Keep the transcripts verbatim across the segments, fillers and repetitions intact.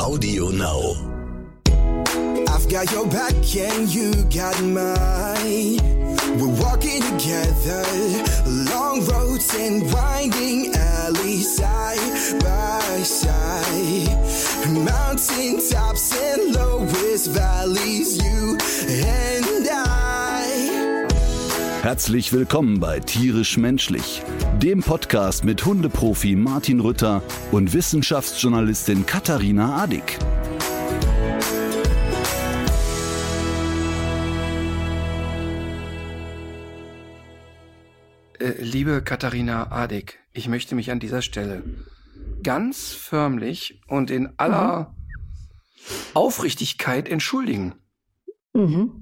Audio Now. I've got your back and you got mine. We're walking together, long roads and winding alleys, side by side. Mountain tops and lowest valleys, you and I. Herzlich willkommen bei Tierisch Menschlich, dem Podcast mit Hundeprofi Martin Rütter und Wissenschaftsjournalistin Katharina Adick. Liebe Katharina Adick, ich möchte mich an dieser Stelle ganz förmlich und in aller Aufrichtigkeit entschuldigen. Mhm.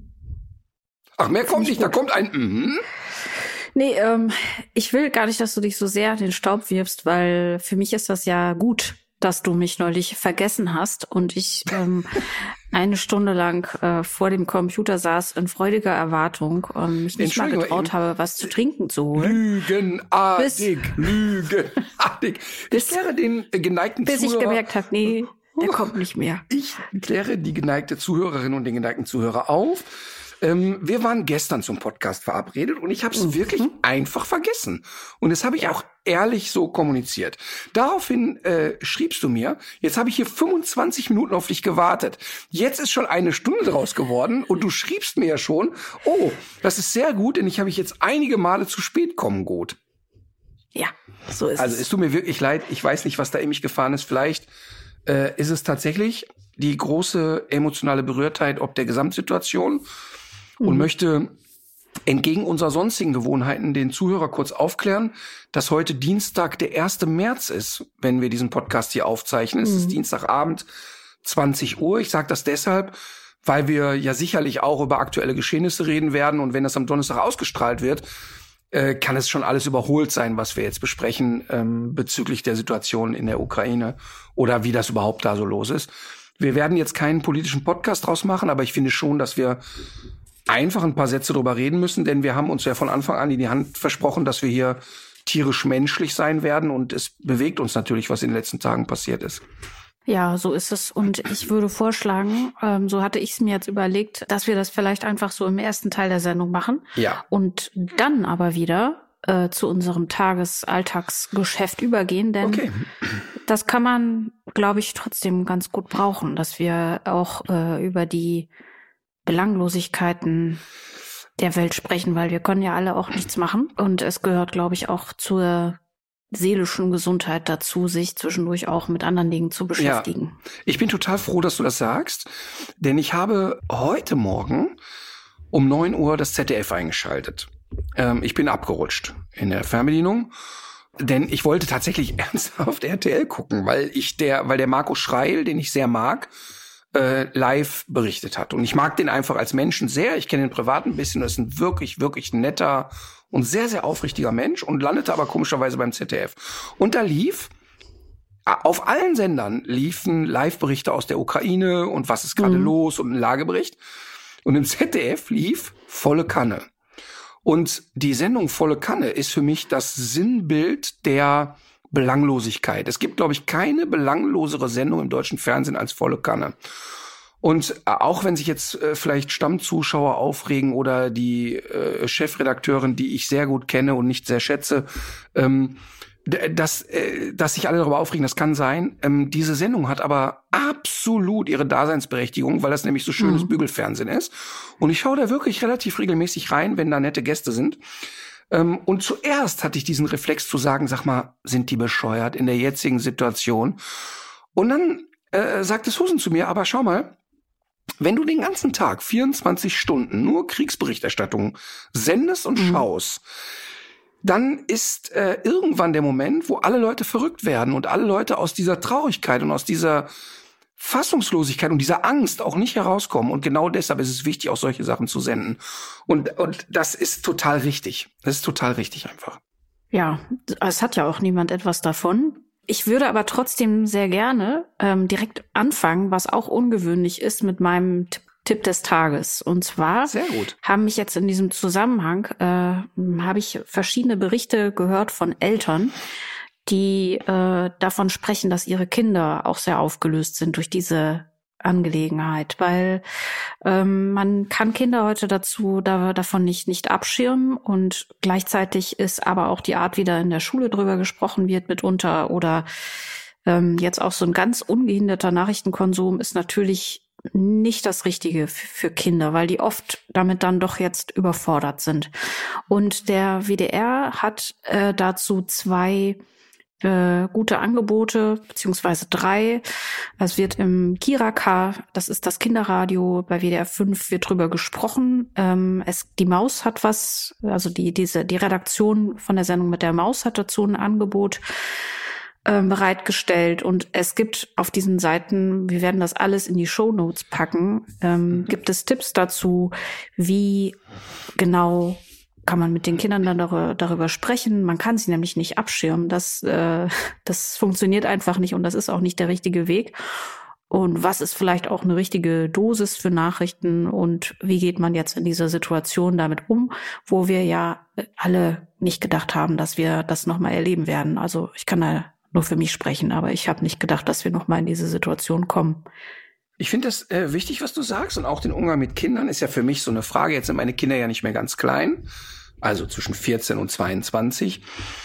Ach, mehr kommt nicht, da kommt ein Mhm. Nee, ähm, ich will gar nicht, dass du dich so sehr in den Staub wirfst, weil für mich ist das ja gut, dass du mich neulich vergessen hast und ich ähm, eine Stunde lang äh, vor dem Computer saß in freudiger Erwartung und mich nicht mal getraut habe, was zu trinken zu holen. Lügenartig, Lügenartig. Ich kläre den äh, geneigten bis Zuhörer... Bis ich gemerkt habe, nee, der kommt nicht mehr. Ich kläre die geneigte Zuhörerin und den geneigten Zuhörer auf. Ähm, wir waren gestern zum Podcast verabredet und ich habe es mhm. wirklich einfach vergessen. Und das habe ich ja. auch ehrlich so kommuniziert. Daraufhin äh, schriebst du mir, jetzt habe ich hier fünfundzwanzig Minuten auf dich gewartet. Jetzt ist schon eine Stunde draus geworden und du schriebst mir ja schon, oh, das ist sehr gut, denn ich habe mich jetzt einige Male zu spät kommen, gut. Ja, so ist also, es. Also es tut mir wirklich leid, ich weiß nicht, was da in mich gefahren ist. Vielleicht äh, ist es tatsächlich die große emotionale Berührtheit ob der Gesamtsituation. Und mhm. möchte entgegen unserer sonstigen Gewohnheiten den Zuhörer kurz aufklären, dass heute Dienstag der erste März ist, wenn wir diesen Podcast hier aufzeichnen. Mhm. Es ist Dienstagabend zwanzig Uhr. Ich sage das deshalb, weil wir ja sicherlich auch über aktuelle Geschehnisse reden werden. Und wenn das am Donnerstag ausgestrahlt wird, äh, kann es schon alles überholt sein, was wir jetzt besprechen ähm, bezüglich der Situation in der Ukraine oder wie das überhaupt da so los ist. Wir werden jetzt keinen politischen Podcast draus machen, aber ich finde schon, dass wir einfach ein paar Sätze drüber reden müssen, denn wir haben uns ja von Anfang an in die Hand versprochen, dass wir hier tierisch menschlich sein werden und es bewegt uns natürlich, was in den letzten Tagen passiert ist. Ja, so ist es und ich würde vorschlagen, ähm, so hatte ich es mir jetzt überlegt, dass wir das vielleicht einfach so im ersten Teil der Sendung machen ja. und dann aber wieder äh, zu unserem Tagesalltagsgeschäft übergehen, denn okay. das kann man, glaube ich, trotzdem ganz gut brauchen, dass wir auch äh, über die Belanglosigkeiten der Welt sprechen, weil wir können ja alle auch nichts machen. Und es gehört, glaube ich, auch zur seelischen Gesundheit dazu, sich zwischendurch auch mit anderen Dingen zu beschäftigen. Ja, ich bin total froh, dass du das sagst, denn ich habe heute Morgen um neun Uhr das Z D F eingeschaltet. Ähm, ich bin abgerutscht in der Fernbedienung, denn ich wollte tatsächlich ernsthaft R T L gucken, weil ich der, weil der Marco Schreil, den ich sehr mag, Äh, live berichtet hat. Und ich mag den einfach als Menschen sehr. Ich kenne ihn privat ein bisschen. Das ist ein wirklich, wirklich netter und sehr, sehr aufrichtiger Mensch und landete aber komischerweise beim Z D F. Und da lief, auf allen Sendern liefen Live-Berichte aus der Ukraine und was ist gerade mhm. los und ein Lagebericht. Und im Z D F lief Volle Kanne. Und die Sendung Volle Kanne ist für mich das Sinnbild der Belanglosigkeit. Es gibt, glaube ich, keine belanglosere Sendung im deutschen Fernsehen als Volle Kanne. Und auch wenn sich jetzt äh, vielleicht Stammzuschauer aufregen oder die äh, Chefredakteurin, die ich sehr gut kenne und nicht sehr schätze, ähm, dass, äh, dass sich alle darüber aufregen, das kann sein. Ähm, diese Sendung hat aber absolut ihre Daseinsberechtigung, weil das nämlich so schönes mhm. Bügelfernsehen ist. Und ich schaue da wirklich relativ regelmäßig rein, wenn da nette Gäste sind. Um, und zuerst hatte ich diesen Reflex zu sagen, sag mal, sind die bescheuert in der jetzigen Situation? Und dann äh, sagte Susan zu mir, aber schau mal, wenn du den ganzen Tag vierundzwanzig Stunden nur Kriegsberichterstattung sendest und mhm. schaust, dann ist äh, irgendwann der Moment, wo alle Leute verrückt werden und alle Leute aus dieser Traurigkeit und aus dieser Fassungslosigkeit und dieser Angst auch nicht herauskommen. Und genau deshalb ist es wichtig, auch solche Sachen zu senden. Und, und das ist total richtig. Das ist total richtig einfach. Ja, es hat ja auch niemand etwas davon. Ich würde aber trotzdem sehr gerne ähm, direkt anfangen, was auch ungewöhnlich ist, mit meinem Tipp, Tipp des Tages. Und zwar sehr gut. haben mich jetzt in diesem Zusammenhang, äh, habe ich verschiedene Berichte gehört von Eltern, die äh, davon sprechen, dass ihre Kinder auch sehr aufgelöst sind durch diese Angelegenheit, weil ähm, man kann Kinder heute dazu da, davon nicht nicht abschirmen und gleichzeitig ist aber auch die Art, wie da in der Schule drüber gesprochen wird mitunter oder ähm, jetzt auch so ein ganz ungehinderter Nachrichtenkonsum ist natürlich nicht das Richtige f- für Kinder, weil die oft damit dann doch jetzt überfordert sind. Und der W D R hat äh, dazu zwei Äh, gute Angebote, beziehungsweise drei. Es wird im Kira-K, das ist das Kinderradio, bei W D R fünf wird drüber gesprochen. Ähm, es, die Maus hat was, also die, diese, die Redaktion von der Sendung mit der Maus hat dazu ein Angebot ähm, bereitgestellt. Und es gibt auf diesen Seiten, wir werden das alles in die Shownotes packen, ähm, gibt es Tipps dazu, wie genau kann man mit den Kindern dann darüber, darüber sprechen. Man kann sie nämlich nicht abschirmen. Das, äh, das funktioniert einfach nicht und das ist auch nicht der richtige Weg. Und was ist vielleicht auch eine richtige Dosis für Nachrichten und wie geht man jetzt in dieser Situation damit um, wo wir ja alle nicht gedacht haben, dass wir das nochmal erleben werden. Also ich kann da nur für mich sprechen, aber ich habe nicht gedacht, dass wir nochmal in diese Situation kommen. Ich finde das äh, wichtig, was du sagst. Und auch den Umgang mit Kindern ist ja für mich so eine Frage. Jetzt sind meine Kinder ja nicht mehr ganz klein. Also zwischen vierzehn und zweiundzwanzig.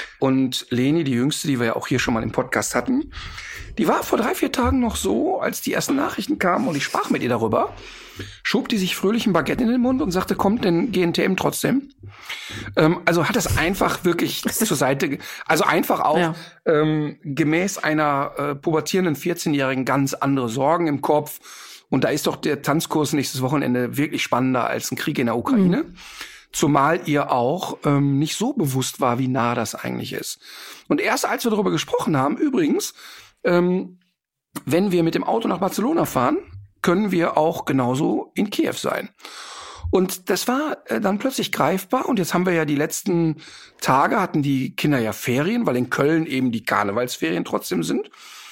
Und Leni, die Jüngste, die wir ja auch hier schon mal im Podcast hatten, die war vor drei, vier Tagen noch so, als die ersten Nachrichten kamen und ich sprach mit ihr darüber, schob die sich fröhlich ein Baguette in den Mund und sagte, kommt denn G N T M trotzdem? Ähm, also hat das einfach wirklich zur Seite, also einfach auch ja. ähm, gemäß einer äh, pubertierenden vierzehnjährigen ganz andere Sorgen im Kopf. Und da ist doch der Tanzkurs nächstes Wochenende wirklich spannender als ein Krieg in der Ukraine. Mhm. Zumal ihr auch ähm, nicht so bewusst war, wie nah das eigentlich ist. Und erst als wir darüber gesprochen haben, übrigens, ähm, wenn wir mit dem Auto nach Barcelona fahren, können wir auch genauso in Kiew sein. Und das war äh, dann plötzlich greifbar. Und jetzt haben wir ja die letzten Tage, hatten die Kinder ja Ferien, weil in Köln eben die Karnevalsferien trotzdem sind.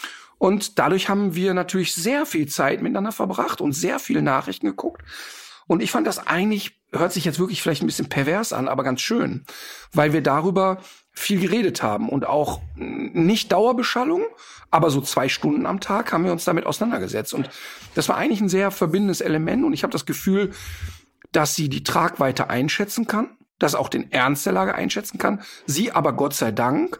Und dadurch haben wir natürlich sehr viel Zeit miteinander verbracht und sehr viele Nachrichten geguckt. Und ich fand das eigentlich, hört sich jetzt wirklich vielleicht ein bisschen pervers an, aber ganz schön, weil wir darüber viel geredet haben und auch nicht Dauerbeschallung, aber so zwei Stunden am Tag haben wir uns damit auseinandergesetzt. Und das war eigentlich ein sehr verbindendes Element und ich habe das Gefühl, dass sie die Tragweite einschätzen kann, dass auch den Ernst der Lage einschätzen kann, sie aber Gott sei Dank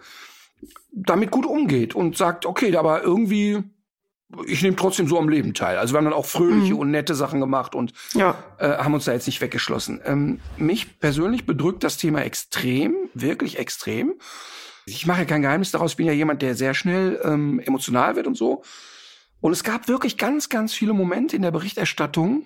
damit gut umgeht und sagt, okay, aber irgendwie ich nehme trotzdem so am Leben teil. Also wir haben dann auch fröhliche mhm. und nette Sachen gemacht und ja. äh, haben uns da jetzt nicht weggeschlossen. Ähm, mich persönlich bedrückt das Thema extrem, wirklich extrem. Ich mache ja kein Geheimnis daraus, ich bin ja jemand, der sehr schnell ähm, emotional wird und so. Und es gab wirklich ganz, ganz viele Momente in der Berichterstattung,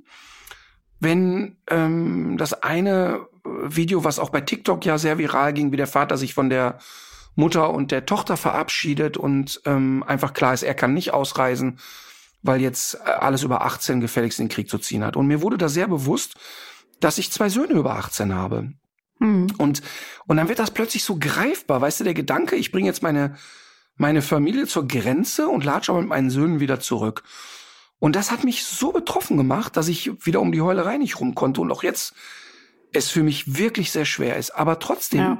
wenn ähm, das eine Video, was auch bei TikTok ja sehr viral ging, wie der Vater sich von der Mutter und der Tochter verabschiedet und ähm, einfach klar ist, er kann nicht ausreisen, weil jetzt alles über achtzehn gefälligst in den Krieg zu ziehen hat. Und mir wurde da sehr bewusst, dass ich zwei Söhne über achtzehn habe. Mhm. Und und dann wird das plötzlich so greifbar, weißt du, der Gedanke, ich bringe jetzt meine meine Familie zur Grenze und latsche aber mit meinen Söhnen wieder zurück. Und das hat mich so betroffen gemacht, dass ich wieder um die Heulerei nicht rum konnte und auch jetzt es für mich wirklich sehr schwer ist. Aber trotzdem ja.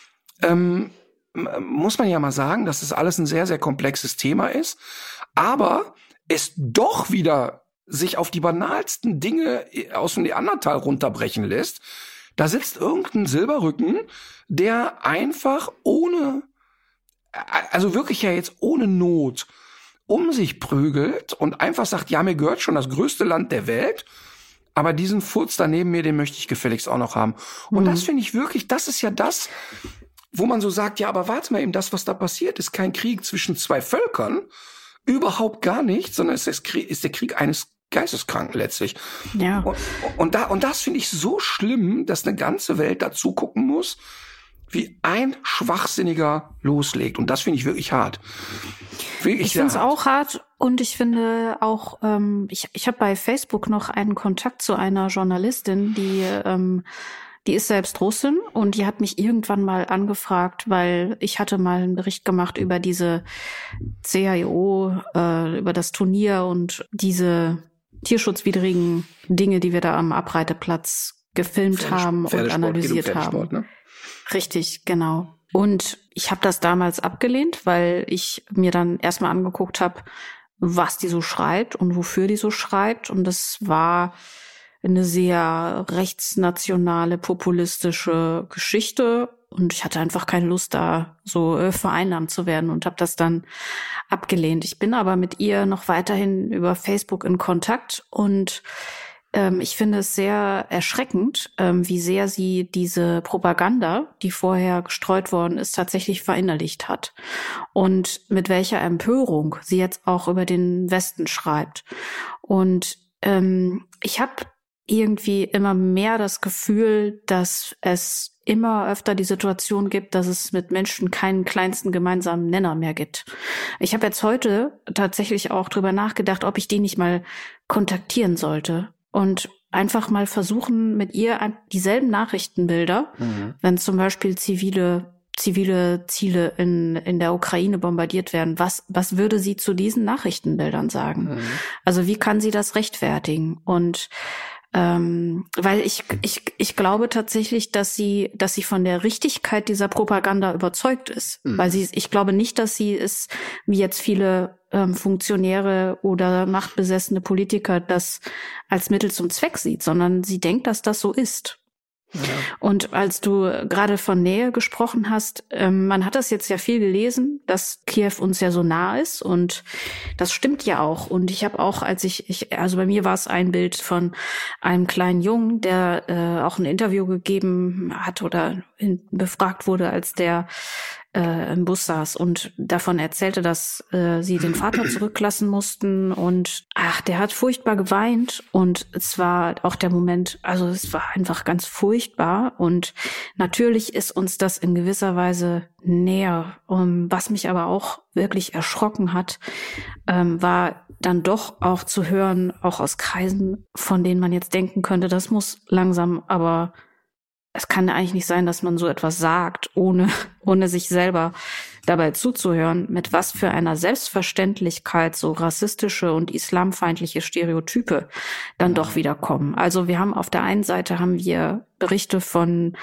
ähm, muss man ja mal sagen, dass das alles ein sehr, sehr komplexes Thema ist, aber es doch wieder sich auf die banalsten Dinge aus dem Neandertal runterbrechen lässt. Da sitzt irgendein Silberrücken, der einfach ohne, also wirklich ja jetzt ohne Not um sich prügelt und einfach sagt, ja, mir gehört schon das größte Land der Welt, aber diesen Furz da neben mir, den möchte ich gefälligst auch noch haben. Und mhm. das finde ich wirklich, das ist ja das, wo man so sagt, ja, aber warte mal eben, das, was da passiert, ist kein Krieg zwischen zwei Völkern, überhaupt gar nicht, sondern es ist, ist der Krieg eines Geisteskranken letztlich. Ja. Und, und, da, und das finde ich so schlimm, dass eine ganze Welt dazu gucken muss, wie ein Schwachsinniger loslegt. Und das finde ich wirklich hart. Wirklich ich finde es auch hart und ich finde auch, ähm, ich, ich habe bei Facebook noch einen Kontakt zu einer Journalistin, die ähm, Die ist selbst Russin und die hat mich irgendwann mal angefragt, weil ich hatte mal einen Bericht gemacht über diese C I O, äh, über das Turnier und diese tierschutzwidrigen Dinge, die wir da am Abreiteplatz gefilmt Pferdesport, haben und analysiert haben. Ne? Richtig, genau. Und ich habe das damals abgelehnt, weil ich mir dann erstmal angeguckt habe, was die so schreibt und wofür die so schreibt. Und das war eine sehr rechtsnationale, populistische Geschichte. Und ich hatte einfach keine Lust, da so äh, vereinnahmt zu werden und habe das dann abgelehnt. Ich bin aber mit ihr noch weiterhin über Facebook in Kontakt und ähm, ich finde es sehr erschreckend, ähm, wie sehr sie diese Propaganda, die vorher gestreut worden ist, tatsächlich verinnerlicht hat. Und mit welcher Empörung sie jetzt auch über den Westen schreibt. Und ähm, ich habe irgendwie immer mehr das Gefühl, dass es immer öfter die Situation gibt, dass es mit Menschen keinen kleinsten gemeinsamen Nenner mehr gibt. Ich habe jetzt heute tatsächlich auch drüber nachgedacht, ob ich die nicht mal kontaktieren sollte und einfach mal versuchen, mit ihr dieselben Nachrichtenbilder, mhm. wenn zum Beispiel zivile zivile Ziele in in der Ukraine bombardiert werden, was was würde sie zu diesen Nachrichtenbildern sagen? Mhm. Also wie kann sie das rechtfertigen? Und Ähm, weil ich, ich, ich glaube tatsächlich, dass sie, dass sie von der Richtigkeit dieser Propaganda überzeugt ist. Mhm. Weil sie, ich glaube nicht, dass sie es, wie jetzt viele ähm, Funktionäre oder machtbesessene Politiker, das als Mittel zum Zweck sieht, sondern sie denkt, dass das so ist. Ja. Und als du gerade von Nähe gesprochen hast, ähm, man hat das jetzt ja viel gelesen, dass Kiew uns ja so nah ist und das stimmt ja auch. Und ich habe auch, als ich, ich, also bei mir war es ein Bild von einem kleinen Jungen, der äh, auch ein Interview gegeben hat oder in, befragt wurde, als der äh, im Bus saß und davon erzählte, dass äh, sie den Vater zurücklassen mussten und ach, der hat furchtbar geweint und es war auch der Moment, also es war einfach ganz furchtbar und natürlich ist uns das in gewisser Weise näher. Um, was mich aber auch wirklich erschrocken hat, ähm, war dann doch auch zu hören, auch aus Kreisen, von denen man jetzt denken könnte, das muss langsam aber es kann eigentlich nicht sein, dass man so etwas sagt, ohne, ohne sich selber dabei zuzuhören, mit was für einer Selbstverständlichkeit so rassistische und islamfeindliche Stereotype dann doch wieder kommen. Also wir haben auf der einen Seite haben wir Berichte von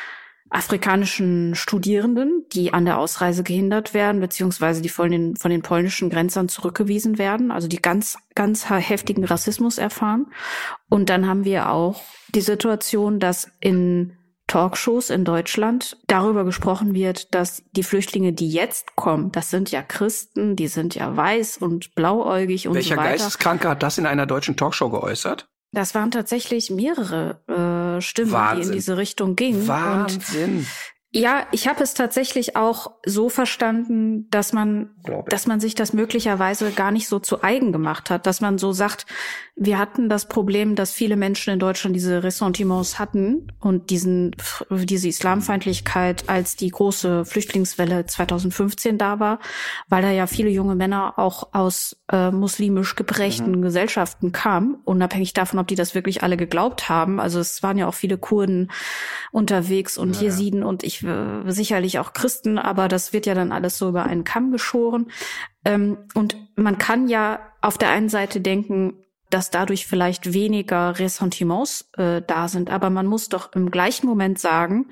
afrikanischen Studierenden, die an der Ausreise gehindert werden, beziehungsweise die von den, von den polnischen Grenzern zurückgewiesen werden, also die ganz, ganz heftigen Rassismus erfahren. Und dann haben wir auch die Situation, dass in Talkshows in Deutschland darüber gesprochen wird, dass die Flüchtlinge, die jetzt kommen, das sind ja Christen, die sind ja weiß und blauäugig und Welcher so weiter. Welcher Geisteskranke hat das in einer deutschen Talkshow geäußert? Das waren tatsächlich mehrere äh, Stimmen, Wahnsinn. die in diese Richtung gingen. Wahnsinn. Und ja, ich habe es tatsächlich auch so verstanden, dass man, dass man sich das möglicherweise gar nicht so zu eigen gemacht hat, dass man so sagt, wir hatten das Problem, dass viele Menschen in Deutschland diese Ressentiments hatten und diesen, diese Islamfeindlichkeit, als die große Flüchtlingswelle zweitausendfünfzehn da war, weil da ja viele junge Männer auch aus äh, muslimisch geprägten mhm. Gesellschaften kamen, unabhängig davon, ob die das wirklich alle geglaubt haben. Also es waren ja auch viele Kurden unterwegs und ja. Jesiden und ich äh, sicherlich auch Christen, aber das wird ja dann alles so über einen Kamm geschoren. Ähm, und man kann ja auf der einen Seite denken, dass dadurch vielleicht weniger Ressentiments äh, da sind. Aber man muss doch im gleichen Moment sagen,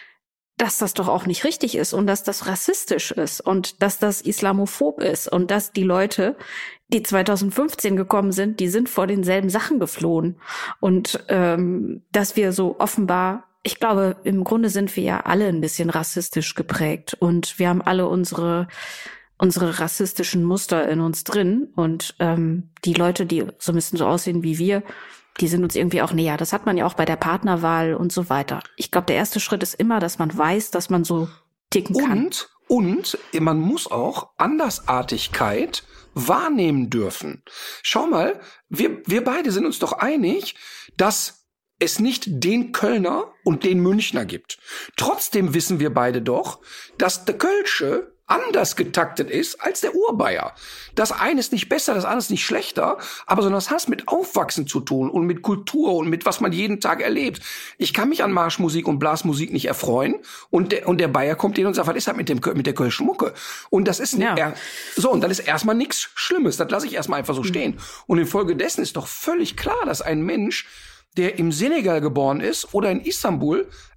dass das doch auch nicht richtig ist und dass das rassistisch ist und dass das islamophob ist und dass die Leute, die zweitausendfünfzehn gekommen sind, die sind vor denselben Sachen geflohen. Und ähm, dass wir so offenbar, ich glaube, im Grunde sind wir ja alle ein bisschen rassistisch geprägt und wir haben alle unsere unsere rassistischen Muster in uns drin und ähm, die Leute, die so ein bisschen so aussehen wie wir, die sind uns irgendwie auch näher. Das hat man ja auch bei der Partnerwahl und so weiter. Ich glaube, der erste Schritt ist immer, dass man weiß, dass man so ticken kann. Und, und man muss auch Andersartigkeit wahrnehmen dürfen. Schau mal, wir, wir beide sind uns doch einig, dass es nicht den Kölner und den Münchner gibt. Trotzdem wissen wir beide doch, dass der Kölsche anders getaktet ist als der Urbayer. Das eine ist nicht besser, das andere ist nicht schlechter, aber sondern das hat mit Aufwachsen zu tun und mit Kultur und mit was man jeden Tag erlebt. Ich kann mich an Marschmusik und Blasmusik nicht erfreuen und der, und der Bayer kommt hin und sagt, was ist das mit dem mit der Kölschen Mucke? Und das ist ja. er, so und dann ist erstmal nichts Schlimmes, das lasse ich erstmal einfach so stehen. Und infolgedessen ist doch völlig klar, dass ein Mensch, der im Senegal geboren ist oder in Istanbul,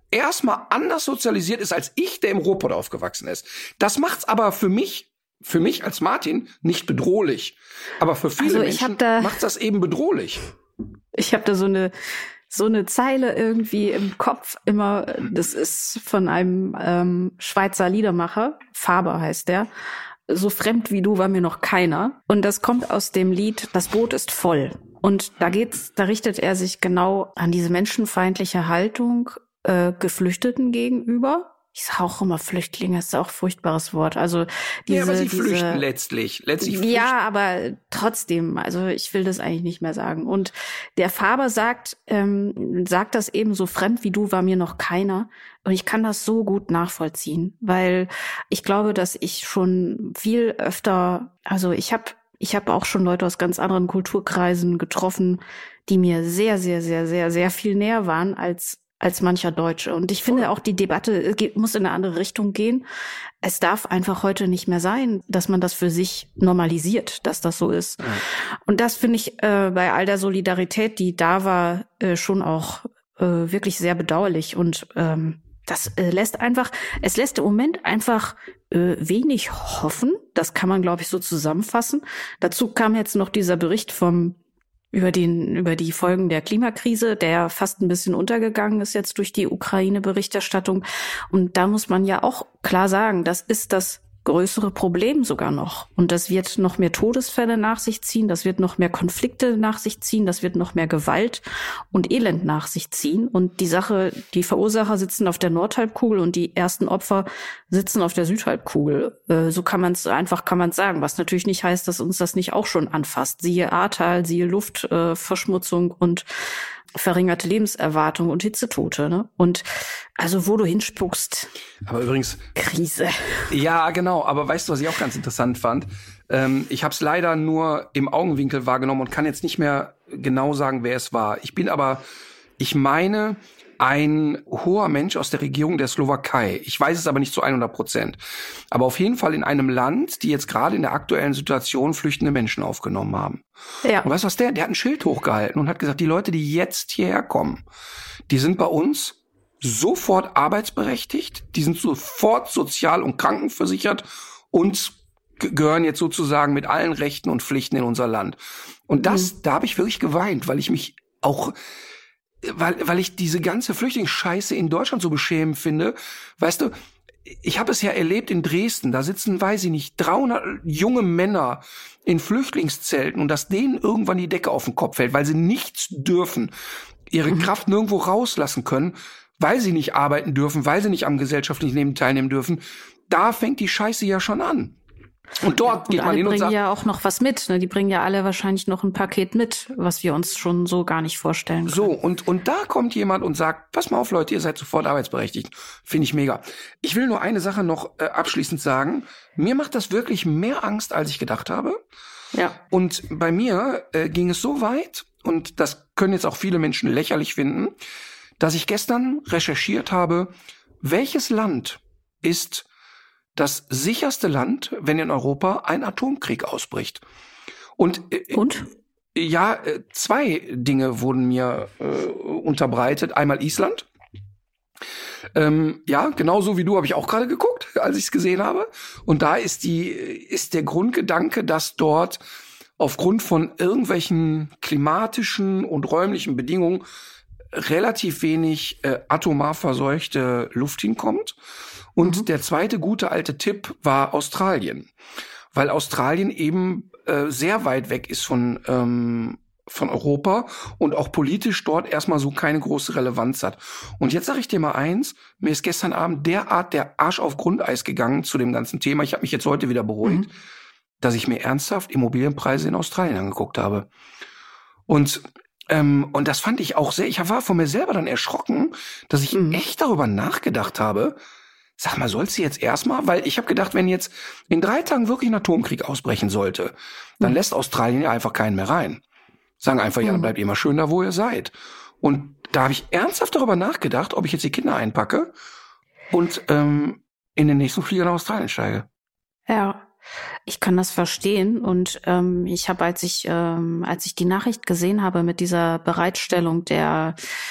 erstmal anders sozialisiert ist als ich, der im Ruhrpott aufgewachsen ist. Das macht's aber für mich, für mich als Martin nicht bedrohlich. Aber für viele also Menschen da, macht's das eben bedrohlich. Ich habe da so eine so eine Zeile irgendwie im Kopf immer. Das ist von einem ähm, Schweizer Liedermacher, Faber heißt der. So fremd wie du war mir noch keiner. Und das kommt aus dem Lied Das Boot ist voll. Und da geht's, da richtet er sich genau an diese menschenfeindliche Haltung äh, Geflüchteten gegenüber. Ich sage auch immer Flüchtlinge, ist auch ein furchtbares Wort. Also diese, ja, aber sie diese, flüchten letztlich. letztlich flüchten. Ja, aber trotzdem, also ich will das eigentlich nicht mehr sagen. Und der Faber sagt, ähm, sagt das eben, so fremd wie du war mir noch keiner. Und ich kann das so gut nachvollziehen, weil ich glaube, dass ich schon viel öfter, also ich habe ich habe auch schon Leute aus ganz anderen Kulturkreisen getroffen, die mir sehr, sehr, sehr, sehr, sehr viel näher waren als als mancher Deutsche. Und ich finde auch, die Debatte geht, muss in eine andere Richtung gehen. Es darf einfach heute nicht mehr sein, dass man das für sich normalisiert, dass das so ist. Ja. Und das finde ich äh, bei all der Solidarität, die da war, äh, schon auch äh, wirklich sehr bedauerlich. Und ähm, das äh, lässt einfach, es lässt im Moment einfach äh, wenig hoffen. Das kann man, glaube ich, so zusammenfassen. Dazu kam jetzt noch dieser Bericht vom über den, über die Folgen der Klimakrise, der fast ein bisschen untergegangen ist jetzt durch die Ukraine-Berichterstattung. Und da muss man ja auch klar sagen, das ist das größere Problem sogar noch. Und das wird noch mehr Todesfälle nach sich ziehen, das wird noch mehr Konflikte nach sich ziehen, das wird noch mehr Gewalt und Elend nach sich ziehen. Und die Sache, die Verursacher sitzen auf der Nordhalbkugel und die ersten Opfer sitzen auf der Südhalbkugel. Äh, so kann man es einfach, kann man es sagen. Was natürlich nicht heißt, dass uns das nicht auch schon anfasst. Siehe Ahrtal, siehe Luftverschmutzung äh, und verringerte Lebenserwartung und Hitzetote, ne? Und also wo du hinspuckst. Aber übrigens Krise. Ja, genau. Aber weißt du, was ich auch ganz interessant fand? Ähm, ich habe es leider nur im Augenwinkel wahrgenommen und kann jetzt nicht mehr genau sagen, wer es war. Ich bin aber, ich meine, ein hoher Mensch aus der Regierung der Slowakei. Ich weiß es aber nicht zu hundert Prozent. Aber auf jeden Fall in einem Land, die jetzt gerade in der aktuellen Situation flüchtende Menschen aufgenommen haben. Ja. Und weißt du was der? Der hat ein Schild hochgehalten und hat gesagt, die Leute, die jetzt hierher kommen, die sind bei uns sofort arbeitsberechtigt, die sind sofort sozial- und krankenversichert und gehören jetzt sozusagen mit allen Rechten und Pflichten in unser Land. Und das, mhm. da habe ich wirklich geweint, weil ich mich auch Weil, weil ich diese ganze Flüchtlingsscheiße in Deutschland so beschämend finde. Weißt du, ich habe es ja erlebt in Dresden. Da sitzen, weiß ich nicht, dreihundert junge Männer in Flüchtlingszelten und dass denen irgendwann die Decke auf den Kopf fällt, weil sie nichts dürfen, ihre mhm. Kraft nirgendwo rauslassen können, weil sie nicht arbeiten dürfen, weil sie nicht am gesellschaftlichen Leben teilnehmen dürfen. Da fängt die Scheiße ja schon an. Und dort und geht man hin und sagt, die bringen ja auch noch was mit, ne? Die bringen ja alle wahrscheinlich noch ein Paket mit, was wir uns schon so gar nicht vorstellen können. So, und und da kommt jemand und sagt, pass mal auf, Leute, ihr seid sofort arbeitsberechtigt. Finde ich mega. Ich will nur eine Sache noch äh, abschließend sagen. Mir macht das wirklich mehr Angst, als ich gedacht habe. Ja. Und bei mir äh, ging es so weit, und das können jetzt auch viele Menschen lächerlich finden, dass ich gestern recherchiert habe, welches Land ist das sicherste Land, wenn in Europa ein Atomkrieg ausbricht. Und, äh, Und? Ja, äh, zwei Dinge wurden mir äh, unterbreitet. Einmal Island. Ähm, ja, genauso wie du habe ich auch gerade geguckt, als ich es gesehen habe. Und da ist die ist der Grundgedanke, dass dort aufgrund von irgendwelchen klimatischen und räumlichen Bedingungen relativ wenig äh, atomar verseuchte Luft hinkommt. Und mhm. der zweite gute alte Tipp war Australien, weil Australien eben äh, sehr weit weg ist von ähm, von Europa und auch politisch dort erstmal so keine große Relevanz hat. Und jetzt sage ich dir mal eins, mir ist gestern Abend derart der Arsch auf Grundeis gegangen zu dem ganzen Thema. Ich habe mich jetzt heute wieder beruhigt, mhm. dass ich mir ernsthaft Immobilienpreise in Australien angeguckt habe. Und ähm, und das fand ich auch sehr, ich war von mir selber dann erschrocken, dass ich mhm. echt darüber nachgedacht habe, sag mal, sollst du jetzt erstmal, weil ich habe gedacht, wenn jetzt in drei Tagen wirklich ein Atomkrieg ausbrechen sollte, dann mhm. lässt Australien ja einfach keinen mehr rein. Sagen einfach, ja, dann bleibt ihr mal schön da, wo ihr seid. Und da habe ich ernsthaft darüber nachgedacht, ob ich jetzt die Kinder einpacke und ähm, in den nächsten Flieger nach Australien steige. Ja, ich kann das verstehen. Und ähm, ich habe, als ich ähm, als ich die Nachricht gesehen habe mit dieser Bereitstellung der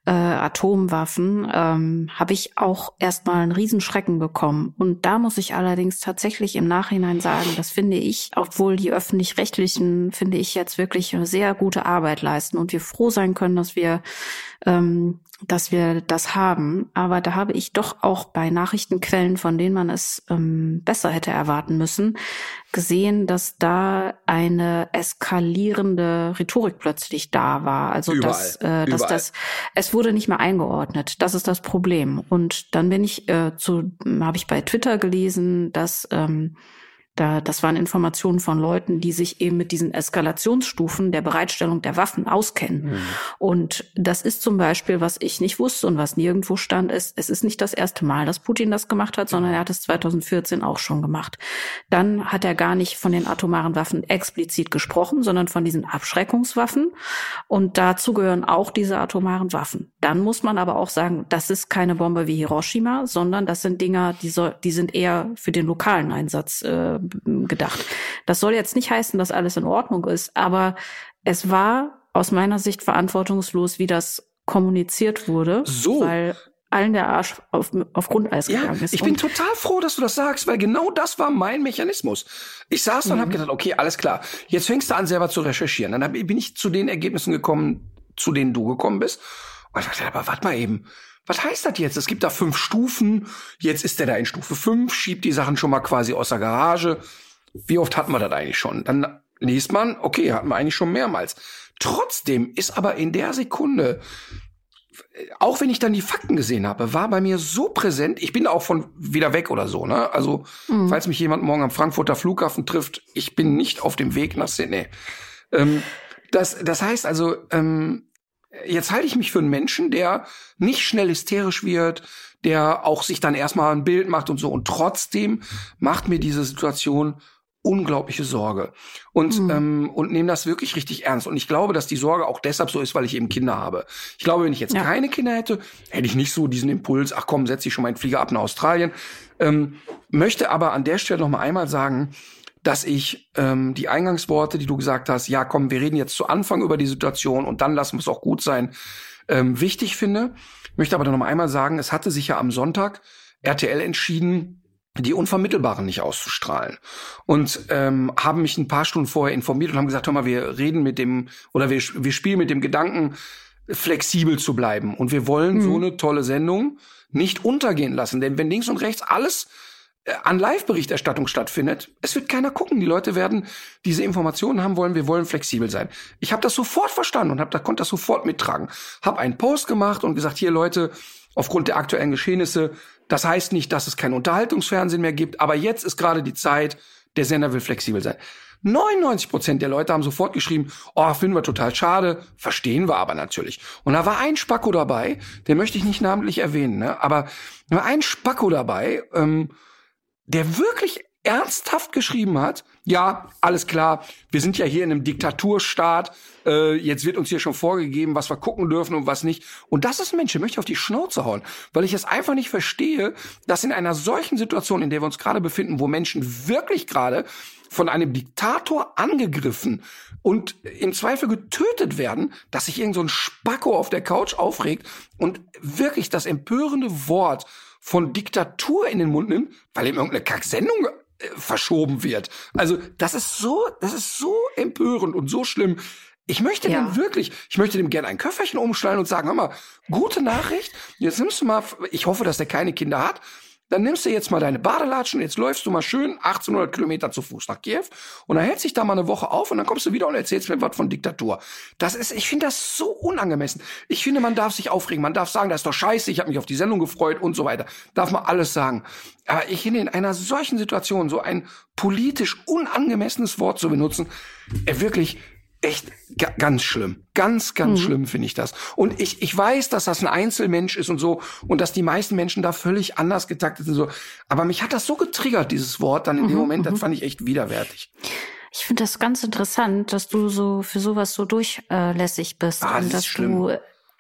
äh, Atomwaffen, ähm, habe ich auch erstmal einen Riesenschrecken bekommen. Und da muss ich allerdings tatsächlich im Nachhinein sagen, das finde ich, obwohl die Öffentlich-Rechtlichen, finde ich, jetzt wirklich eine sehr gute Arbeit leisten und wir froh sein können, dass wir ähm, dass wir das haben. Aber da habe ich doch auch bei Nachrichtenquellen, von denen man es ähm, besser hätte erwarten müssen, gesehen, dass da eine eskalierende Rhetorik plötzlich da war. Also Überall. dass, äh, dass Überall. das, es wurde nicht mehr eingeordnet. Das ist das Problem. Und dann bin ich äh, zu, habe ich bei Twitter gelesen, dass ähm, Da, das waren Informationen von Leuten, die sich eben mit diesen Eskalationsstufen der Bereitstellung der Waffen auskennen. Mhm. Und das ist zum Beispiel, was ich nicht wusste und was nirgendwo stand, ist, es ist nicht das erste Mal, dass Putin das gemacht hat, sondern er hat es zweitausendvierzehn auch schon gemacht. Dann hat er gar nicht von den atomaren Waffen explizit gesprochen, sondern von diesen Abschreckungswaffen. Und dazu gehören auch diese atomaren Waffen. Dann muss man aber auch sagen, das ist keine Bombe wie Hiroshima, sondern das sind Dinger, die, so, die sind eher für den lokalen Einsatz äh, gedacht. Das soll jetzt nicht heißen, dass alles in Ordnung ist, aber es war aus meiner Sicht verantwortungslos, wie das kommuniziert wurde, so. weil allen der Arsch auf, auf Grundeis ja, gegangen ist. Ich bin total froh, dass du das sagst, weil genau das war mein Mechanismus. Ich saß da und mhm. habe gedacht, okay, alles klar, jetzt fängst du an, selber zu recherchieren. Dann bin ich zu den Ergebnissen gekommen, zu denen du gekommen bist. Und ich dachte, aber warte mal eben, was heißt das jetzt? Es gibt da fünf Stufen. Jetzt ist der da in Stufe fünf, schiebt die Sachen schon mal quasi aus der Garage. Wie oft hatten wir das eigentlich schon? Dann liest man, okay, hatten wir eigentlich schon mehrmals. Trotzdem ist aber in der Sekunde, auch wenn ich dann die Fakten gesehen habe, war bei mir so präsent, ich bin da auch von wieder weg oder so, ne? Also, mhm. falls mich jemand morgen am Frankfurter Flughafen trifft, ich bin nicht auf dem Weg nach Sydney. Ähm, das, das heißt also, ähm, jetzt halte ich mich für einen Menschen, der nicht schnell hysterisch wird, der auch sich dann erstmal ein Bild macht und so. Und trotzdem macht mir diese Situation unglaubliche Sorge. Und, mhm. ähm, und nehme das wirklich richtig ernst. Und ich glaube, dass die Sorge auch deshalb so ist, weil ich eben Kinder habe. Ich glaube, wenn ich jetzt ja. keine Kinder hätte, hätte ich nicht so diesen Impuls, ach komm, setz ich schon meinen Flieger ab nach Australien. Ähm, möchte aber an der Stelle noch mal einmal sagen, dass ich ähm, die Eingangsworte, die du gesagt hast, ja komm, wir reden jetzt zu Anfang über die Situation und dann lassen wir es auch gut sein, ähm, wichtig finde. Ich möchte aber noch mal einmal sagen, es hatte sich ja am Sonntag R T L entschieden, die Unvermittelbaren nicht auszustrahlen. Und ähm, haben mich ein paar Stunden vorher informiert und haben gesagt, hör mal, wir reden mit dem, oder wir, wir spielen mit dem Gedanken, flexibel zu bleiben. Und wir wollen mhm. so eine tolle Sendung nicht untergehen lassen. Denn wenn links und rechts alles an Live-Berichterstattung stattfindet, es wird keiner gucken. Die Leute werden diese Informationen haben wollen, wir wollen flexibel sein. Ich habe das sofort verstanden und hab, da konnte das sofort mittragen. Habe einen Post gemacht und gesagt, hier Leute, aufgrund der aktuellen Geschehnisse, das heißt nicht, dass es kein Unterhaltungsfernsehen mehr gibt, aber jetzt ist gerade die Zeit, der Sender will flexibel sein. neunundneunzig Prozent der Leute haben sofort geschrieben, oh, finden wir total schade, verstehen wir aber natürlich. Und da war ein Spacko dabei, den möchte ich nicht namentlich erwähnen, ne? Aber da war ein Spacko dabei, ähm, der wirklich ernsthaft geschrieben hat, ja, alles klar, wir sind ja hier in einem Diktaturstaat, äh, jetzt wird uns hier schon vorgegeben, was wir gucken dürfen und was nicht. Und das ist ein Mensch, der möchte auf die Schnauze hauen, weil ich es einfach nicht verstehe, dass in einer solchen Situation, in der wir uns gerade befinden, wo Menschen wirklich gerade von einem Diktator angegriffen und im Zweifel getötet werden, dass sich irgend so ein Spacko auf der Couch aufregt und wirklich das empörende Wort von Diktatur in den Mund nimmt, weil ihm irgendeine Kacksendung äh, verschoben wird. Also das ist so, das ist so empörend und so schlimm. Ich möchte ja. dem wirklich, ich möchte dem gerne ein Köfferchen umschneiden und sagen, hör mal, gute Nachricht, jetzt nimmst du mal, ich hoffe, dass der keine Kinder hat, dann nimmst du jetzt mal deine Badelatschen, jetzt läufst du mal schön achtzehnhundert Kilometer zu Fuß nach Kiew und dann hältst dich da mal eine Woche auf und dann kommst du wieder und erzählst mir was von Diktatur. Das ist, ich finde das so unangemessen. Ich finde, man darf sich aufregen, man darf sagen, das ist doch scheiße, ich habe mich auf die Sendung gefreut und so weiter. Darf man alles sagen. Aber ich finde, in einer solchen Situation so ein politisch unangemessenes Wort zu benutzen, äh, wirklich echt g- ganz schlimm. Ganz, ganz mhm. schlimm finde ich das. Und ich ich weiß, dass das ein Einzelmensch ist und so und dass die meisten Menschen da völlig anders getaktet sind. So. Aber mich hat das so getriggert, dieses Wort, dann in mhm, dem Moment, das fand ich echt widerwärtig. Ich finde das ganz interessant, dass du so für sowas so durchlässig bist. Ah, das und dass ist schlimm. Du,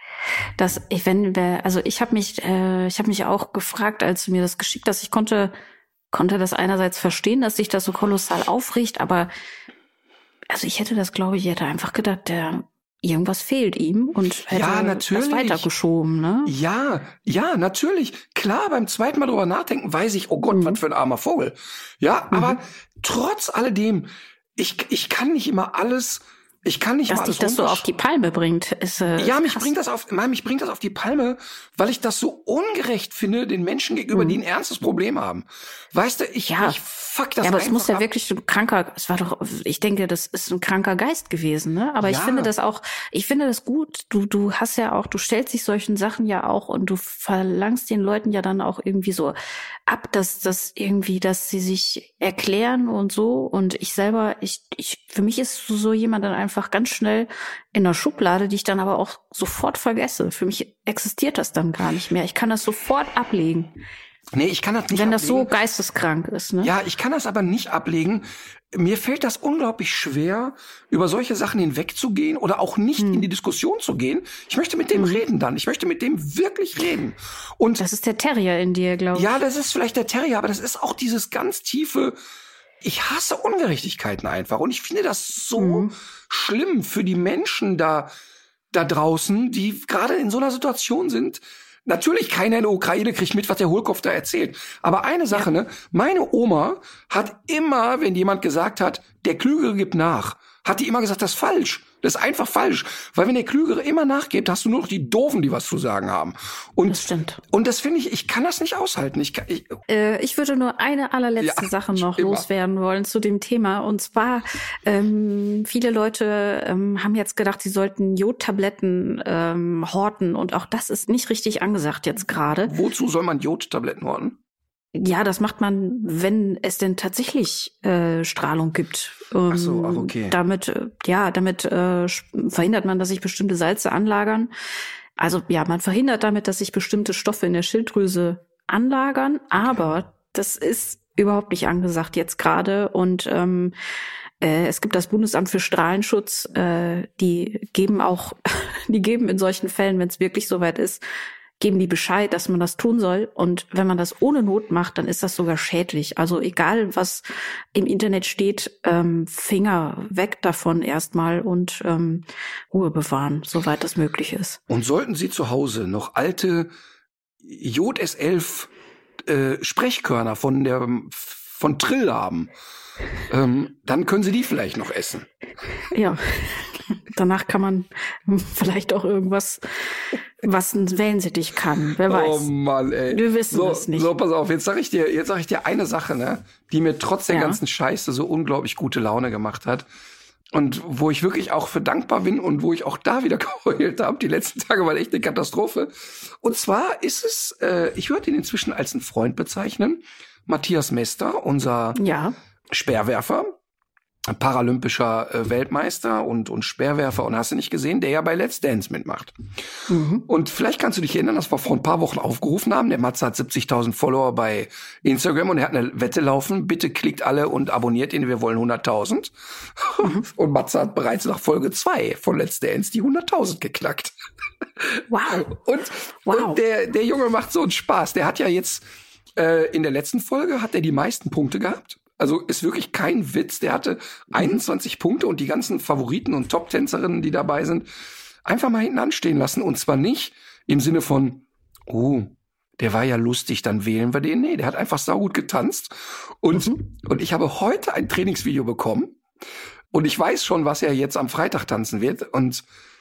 dass ich, wenn wir, also ich habe mich, äh, ich habe mich auch gefragt, als du mir das geschickt hast, ich konnte, konnte das einerseits verstehen, dass sich das so kolossal aufregt, aber also ich hätte das, glaube ich, ich hätte einfach gedacht, der irgendwas fehlt ihm und hätte ja, natürlich. das weitergeschoben, ne? Ja, ja, natürlich. Klar, beim zweiten Mal drüber nachdenken, weiß ich, oh Gott, mhm. was für ein armer Vogel. Ja, mhm. aber trotz alledem, ich, ich kann nicht immer alles, ich kann nicht Dass immer alles dich das so auf die Palme bringt, ist äh, Ja, ist mich krass. bringt das auf, mich bringt das auf die Palme, weil ich das so ungerecht finde, den Menschen gegenüber, mhm. die ein ernstes Problem haben. Weißt du, ich, ja. ich fuck das Ja, aber es einfach muss ja ab. wirklich ein kranker, es war doch, ich denke, das ist ein kranker Geist gewesen, ne? Aber Ja. ich finde das auch, ich finde das gut. Du, du hast ja auch, du stellst dich solchen Sachen ja auch und du verlangst den Leuten ja dann auch irgendwie so ab, dass das irgendwie, dass sie sich erklären und so. Und ich selber, ich, ich, für mich ist so jemand dann einfach ganz schnell in der Schublade, die ich dann aber auch sofort vergesse. Für mich existiert das dann gar nicht mehr. Ich kann das sofort ablegen. Nee, ich kann das nicht Wenn ablegen. das so geisteskrank ist, ne? Ja, ich kann das aber nicht ablegen. Mir fällt das unglaublich schwer, über solche Sachen hinwegzugehen oder auch nicht hm. in die Diskussion zu gehen. Ich möchte mit dem hm. reden dann. Ich möchte mit dem wirklich reden. Und das ist der Terrier in dir, glaube ich. Ja, das ist vielleicht der Terrier, aber das ist auch dieses ganz tiefe, ich hasse Ungerechtigkeiten einfach. Und ich finde das so hm. schlimm für die Menschen da, da draußen, die gerade in so einer Situation sind. Natürlich, keiner in der Ukraine kriegt mit, was der Hohlkopf da erzählt. Aber eine Sache, ja. ne? Meine Oma hat immer, wenn jemand gesagt hat, der Klügere gibt nach, hat die immer gesagt, das ist falsch. Das ist einfach falsch. Weil wenn der Klügere immer nachgibt, hast du nur noch die Doofen, die was zu sagen haben. Und, das stimmt. Und das finde ich, ich kann das nicht aushalten. Ich, kann, ich, äh, ich würde nur eine allerletzte ja, Sache noch immer. loswerden wollen zu dem Thema. Und zwar, ähm, viele Leute ähm, haben jetzt gedacht, sie sollten Jodtabletten ähm, horten. Und auch das ist nicht richtig angesagt jetzt gerade. Wozu soll man Jodtabletten horten? Ja, das macht man, wenn es denn tatsächlich äh, Strahlung gibt. Ähm, ach so, ach okay. Damit, äh, ja, damit äh, verhindert man, dass sich bestimmte Salze anlagern. Also ja, man verhindert damit, dass sich bestimmte Stoffe in der Schilddrüse anlagern. Aber das ist überhaupt nicht angesagt jetzt gerade. Und ähm, äh, es gibt das Bundesamt für Strahlenschutz. Äh, die geben auch, die geben in solchen Fällen, wenn es wirklich soweit ist, geben die Bescheid, dass man das tun soll. Und wenn man das ohne Not macht, dann ist das sogar schädlich. Also egal, was im Internet steht, ähm, Finger weg davon erstmal und ähm, Ruhe bewahren, soweit das möglich ist. Und sollten Sie zu Hause noch alte Jod S elf äh, Sprechkörner von der von Trill haben, ähm, dann können Sie die vielleicht noch essen. Ja, danach kann man vielleicht auch irgendwas, was ein Wellensittich kann. Wer weiß. Oh Mann, ey. Wir wissen so, es nicht. So, pass auf, jetzt sag ich dir, jetzt sag ich dir eine Sache, ne, die mir trotz der ja. ganzen Scheiße so unglaublich gute Laune gemacht hat. Und wo ich wirklich auch für dankbar bin und wo ich auch da wieder geheult habe. Die letzten Tage war echt eine Katastrophe. Und zwar ist es, äh, ich würde ihn inzwischen als einen Freund bezeichnen, Matthias Mester, unser ja. Speerwerfer, paralympischer äh, Weltmeister und und Speerwerfer und hast du nicht gesehen, der ja bei Let's Dance mitmacht. Mhm. Und vielleicht kannst du dich erinnern, dass wir vor ein paar Wochen aufgerufen haben, der Matze hat siebzigtausend Follower bei Instagram und er hat eine Wette laufen, bitte klickt alle und abonniert ihn, wir wollen hunderttausend. Mhm. Und Matze hat bereits nach Folge zwei von Let's Dance die hunderttausend geknackt. Wow. Und, wow. und der der Junge macht so einen Spaß, der hat ja jetzt äh, in der letzten Folge hat er die meisten Punkte gehabt. Also ist wirklich kein Witz. Der hatte einundzwanzig Punkte und die ganzen Favoriten und Top-Tänzerinnen, die dabei sind, einfach mal hinten anstehen lassen. Und zwar nicht im Sinne von, oh, der war ja lustig, dann wählen wir den. Nee, der hat einfach saugut getanzt. Und, mhm. und ich habe heute ein Trainingsvideo bekommen. Und ich weiß schon, was er jetzt am Freitag tanzen wird. Und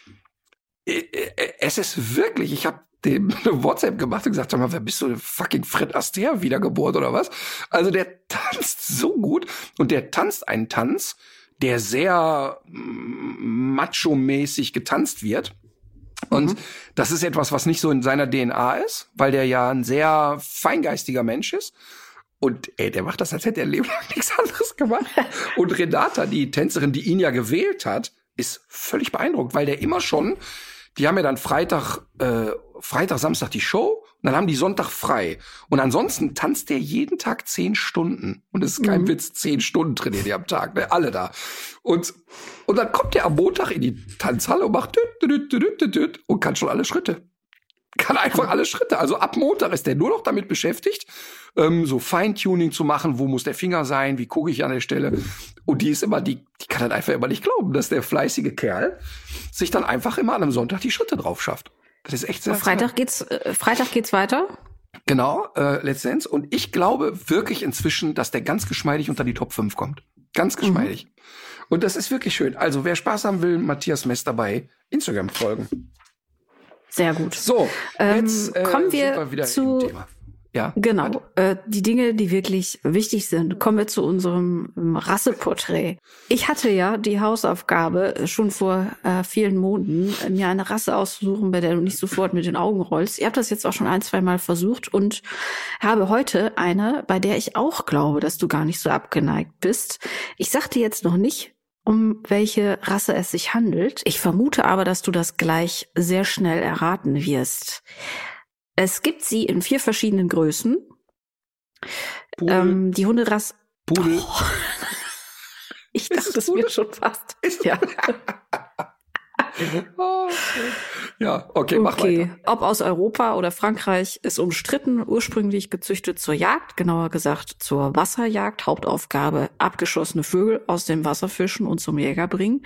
es ist wirklich, ich habe dem eine WhatsApp gemacht und gesagt, sag mal, wer bist du, fucking Fred Astaire wiedergeboren oder was? Also der tanzt so gut und der tanzt einen Tanz, der sehr macho-mäßig getanzt wird. Und mhm. das ist etwas, was nicht so in seiner D N A ist, weil der ja ein sehr feingeistiger Mensch ist. Und ey, der macht das, als hätte er Leben lang nichts anderes gemacht. Und Renata, die Tänzerin, die ihn ja gewählt hat, ist völlig beeindruckt, weil der immer schon, die haben ja dann Freitag, äh, Freitag, Samstag die Show und dann haben die Sonntag frei. Und ansonsten tanzt der jeden Tag zehn Stunden. Und es ist kein mhm. Witz, zehn Stunden trainiert die am Tag, ne? Alle da. Und, und dann kommt der am Montag in die Tanzhalle und macht düt, düt, düt, düt, düt, und kann schon alle Schritte. Kann einfach alle Schritte. Also ab Montag ist der nur noch damit beschäftigt, ähm, so Feintuning zu machen. Wo muss der Finger sein? Wie gucke ich an der Stelle? Und die ist immer, die, die kann halt einfach immer nicht glauben, dass der fleißige Kerl sich dann einfach immer an einem Sonntag die Schritte drauf schafft. Das ist echt sehr Freitag geht's, äh, Freitag geht's weiter? Genau, äh, letztendlich. Und ich glaube wirklich inzwischen, dass der ganz geschmeidig unter die Top fünf kommt. Ganz geschmeidig. Mhm. Und das ist wirklich schön. Also wer Spaß haben will, Matthias Mester bei Instagram folgen. Sehr gut. So, jetzt ähm, kommen wir, wir wieder zu im Thema. Ja, genau, äh, die Dinge, die wirklich wichtig sind. Kommen wir zu unserem ähm, Rasseporträt. Ich hatte ja die Hausaufgabe, schon vor äh, vielen Monaten, äh, mir eine Rasse auszusuchen, bei der du nicht sofort mit den Augen rollst. Ich habe das jetzt auch schon ein, zwei Mal versucht und habe heute eine, bei der ich auch glaube, dass du gar nicht so abgeneigt bist. Ich sagte jetzt noch nicht, um welche Rasse es sich handelt. Ich vermute aber, dass du das gleich sehr schnell erraten wirst. Es gibt sie in vier verschiedenen Größen. Pudel. Ähm, die Hunderasse. Pudel. Oh. Ich dachte, es mir schon fast. Ist ja. Oh, okay. Ja, okay, mach okay. weiter. Ob aus Europa oder Frankreich ist umstritten, ursprünglich gezüchtet zur Jagd, genauer gesagt zur Wasserjagd. Hauptaufgabe, abgeschossene Vögel aus dem Wasser fischen und zum Jäger bringen.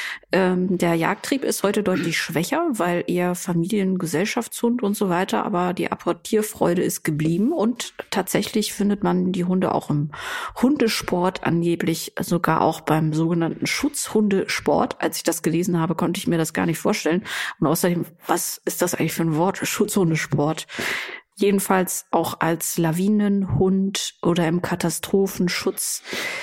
Ähm, der Jagdtrieb ist heute deutlich schwächer, weil eher Familien-, Gesellschaftshund und so weiter, aber die Apportierfreude ist geblieben und tatsächlich findet man die Hunde auch im Hundesport, angeblich sogar auch beim sogenannten Schutzhundesport. Als ich das gelesen habe, konnte ich mir das gar nicht vorstellen. Und außerdem, was ist das eigentlich für ein Wort? Schutzhundesport. Jedenfalls auch als Lawinenhund oder im Katastrophenschutz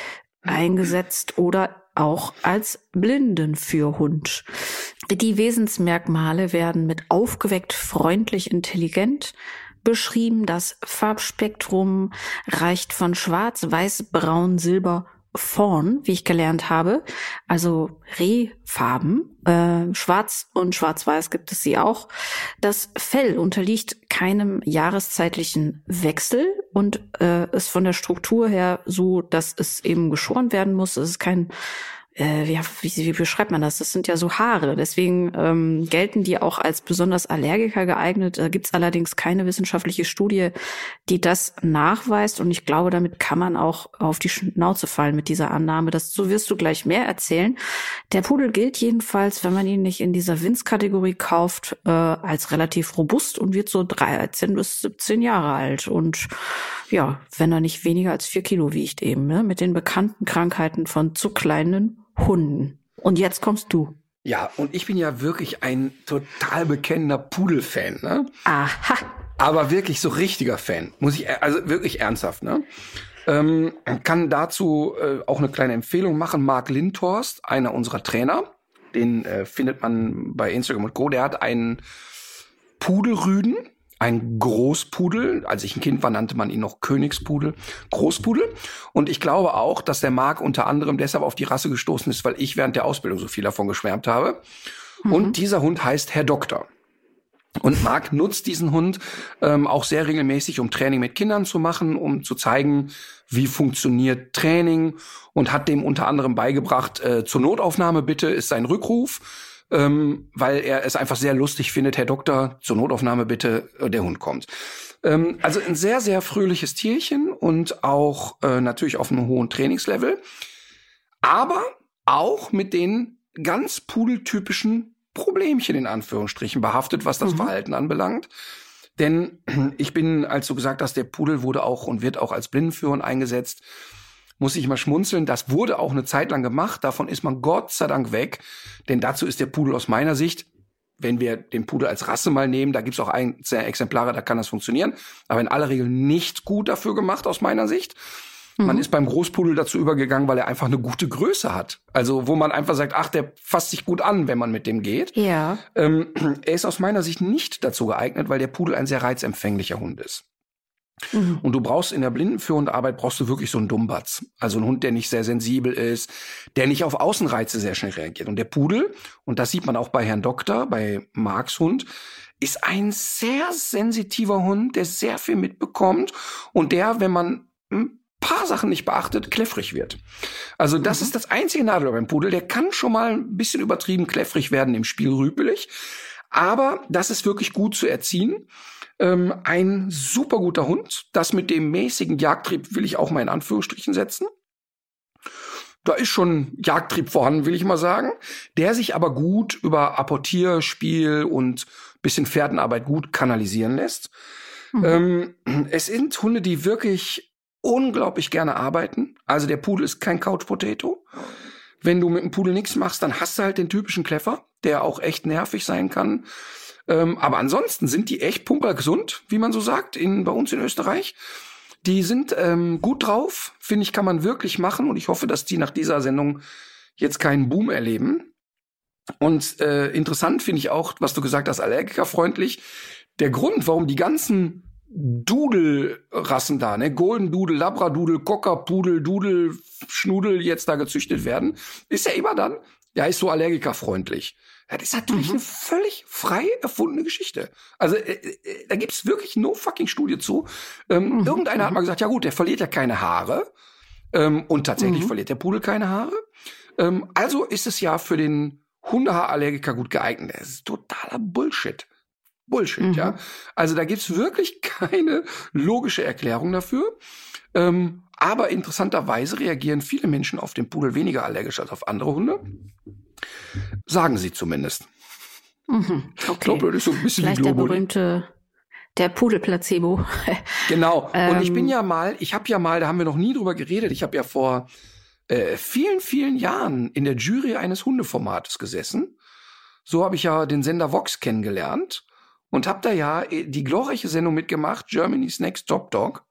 eingesetzt oder auch als Blindenführhund. Die Wesensmerkmale werden mit aufgeweckt, freundlich, intelligent beschrieben. Das Farbspektrum reicht von schwarz, weiß, braun, silber, Fawn, wie ich gelernt habe, also Rehfarben, äh, schwarz und schwarz-weiß gibt es sie auch. Das Fell unterliegt keinem jahreszeitlichen Wechsel und äh, ist von der Struktur her so, dass es eben geschoren werden muss. Es ist kein Äh, wie, wie, wie beschreibt man das? Das sind ja so Haare. Deswegen ähm, gelten die auch als besonders Allergiker geeignet. Da gibt's allerdings keine wissenschaftliche Studie, die das nachweist. Und ich glaube, damit kann man auch auf die Schnauze fallen mit dieser Annahme. Das, so wirst du gleich mehr erzählen. Der Pudel gilt jedenfalls, wenn man ihn nicht in dieser Winzkategorie kauft, äh, als relativ robust und wird so dreizehn bis siebzehn Jahre alt. Und ja, wenn er nicht weniger als vier Kilo wiegt eben, ne? Mit den bekannten Krankheiten von zu kleinen Hunden. Und jetzt kommst du. Ja, und ich bin ja wirklich ein total bekennender Pudel-Fan, ne? Aha. Aber wirklich so richtiger Fan. Muss ich, also wirklich ernsthaft, ne? Ähm, kann dazu äh, auch eine kleine Empfehlung machen. Marc Lindhorst, einer unserer Trainer, den äh, findet man bei Instagram und Co. Der hat einen Pudelrüden, ein Großpudel. Als ich ein Kind war, nannte man ihn noch Königspudel, Großpudel. Und ich glaube auch, dass der Marc unter anderem deshalb auf die Rasse gestoßen ist, weil ich während der Ausbildung so viel davon geschwärmt habe. Mhm. Und dieser Hund heißt Herr Doktor. Und Marc nutzt diesen Hund ähm, auch sehr regelmäßig, um Training mit Kindern zu machen, um zu zeigen, wie funktioniert Training, und hat dem unter anderem beigebracht, äh, zur Notaufnahme bitte ist sein Rückruf, ähm, weil er es einfach sehr lustig findet, Herr Doktor, zur Notaufnahme bitte, äh, der Hund kommt. Ähm, also ein sehr, sehr fröhliches Tierchen und auch äh, natürlich auf einem hohen Trainingslevel, aber auch mit den ganz pudeltypischen Problemchen in Anführungsstrichen behaftet, was das mhm. Verhalten anbelangt. Denn ich bin, als du gesagt hast, der Pudel wurde auch und wird auch als Blindenführer eingesetzt, muss ich mal schmunzeln. Das wurde auch eine Zeit lang gemacht. Davon ist man Gott sei Dank weg. Denn dazu ist der Pudel aus meiner Sicht, wenn wir den Pudel als Rasse mal nehmen, da gibt's auch einzelne Exemplare, da kann das funktionieren, aber in aller Regel nicht gut dafür gemacht aus meiner Sicht. Man ist beim Großpudel dazu übergegangen, weil er einfach eine gute Größe hat. Also wo man einfach sagt, ach, der fasst sich gut an, wenn man mit dem geht. Ja. Ähm, er ist aus meiner Sicht nicht dazu geeignet, weil der Pudel ein sehr reizempfänglicher Hund ist. Mhm. Und du brauchst in der Blindenführhundarbeit brauchst du wirklich so einen Dummbatz. Also einen Hund, der nicht sehr sensibel ist, der nicht auf Außenreize sehr schnell reagiert. Und der Pudel, und das sieht man auch bei Herrn Doktor, bei Marks Hund, ist ein sehr sensitiver Hund, der sehr viel mitbekommt und der, wenn man hm, paar Sachen nicht beachtet, kläffrig wird. Also das mhm. ist das einzige Nadelöhr beim Pudel. Der kann schon mal ein bisschen übertrieben kläffrig werden, im Spiel rüpelig. Aber das ist wirklich gut zu erziehen. Ähm, ein super guter Hund. Das mit dem mäßigen Jagdtrieb will ich auch mal in Anführungsstrichen setzen. Da ist schon Jagdtrieb vorhanden, will ich mal sagen. Der sich aber gut über Apportierspiel und bisschen Pferdenarbeit gut kanalisieren lässt. Mhm. Ähm, es sind Hunde, die wirklich unglaublich gerne arbeiten. Also der Pudel ist kein Couch Potato. Wenn du mit dem Pudel nichts machst, dann hast du halt den typischen Kleffer, der auch echt nervig sein kann. Ähm, aber ansonsten sind die echt pumpergesund, wie man so sagt, in, bei uns in Österreich. Die sind ähm, gut drauf, finde ich, kann man wirklich machen. Und ich hoffe, dass die nach dieser Sendung jetzt keinen Boom erleben. Und äh, interessant finde ich auch, was du gesagt hast, allergikerfreundlich. Der Grund, warum die ganzen Dudel-Rassen da, ne, Golden Doodle, Labradudel, Cocker-Pudel, Dudel, Schnudel jetzt da gezüchtet werden, ist ja immer dann, ja, ist so allergikerfreundlich. Das ist natürlich mhm. eine völlig frei erfundene Geschichte. Also äh, äh, da gibt's wirklich no fucking Studie zu. Ähm, mhm. Irgendeiner hat mal gesagt, ja gut, der verliert ja keine Haare. Ähm, und tatsächlich mhm. verliert der Pudel keine Haare. Ähm, also ist es ja für den Hundehaarallergiker gut geeignet. Das ist totaler Bullshit. Bullshit, mhm. ja. Also da gibt's wirklich keine logische Erklärung dafür. Ähm, aber interessanterweise reagieren viele Menschen auf den Pudel weniger allergisch als auf andere Hunde. Sagen sie zumindest. Mhm, okay. Ich glaube, das ist so ein bisschen Vielleicht wie der Globuli. berühmte, der Pudelplacebo. Genau. ähm, Und ich bin ja mal, ich habe ja mal, da haben wir noch nie drüber geredet, ich habe ja vor äh, vielen, vielen Jahren in der Jury eines Hundeformates gesessen. So habe ich ja den Sender Vox kennengelernt und habe da ja die glorreiche Sendung mitgemacht, Germany's Next Top Dog.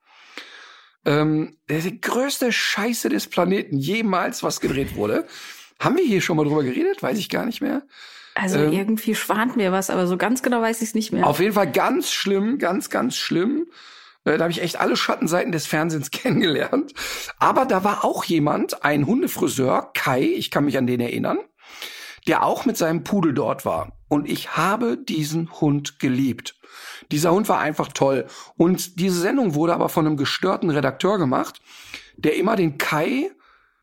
Ähm, die größte Scheiße des Planeten jemals, was gedreht wurde. Haben wir hier schon mal drüber geredet? Weiß ich gar nicht mehr. Also ähm, irgendwie schwant mir was, aber so ganz genau weiß ich es nicht mehr. Auf jeden Fall ganz schlimm, ganz, ganz schlimm. Äh, da habe ich echt alle Schattenseiten des Fernsehens kennengelernt. Aber da war auch jemand, ein Hundefriseur, Kai, ich kann mich an den erinnern, der auch mit seinem Pudel dort war. Und ich habe diesen Hund geliebt. Dieser Hund war einfach toll. Und diese Sendung wurde aber von einem gestörten Redakteur gemacht, der immer den Kai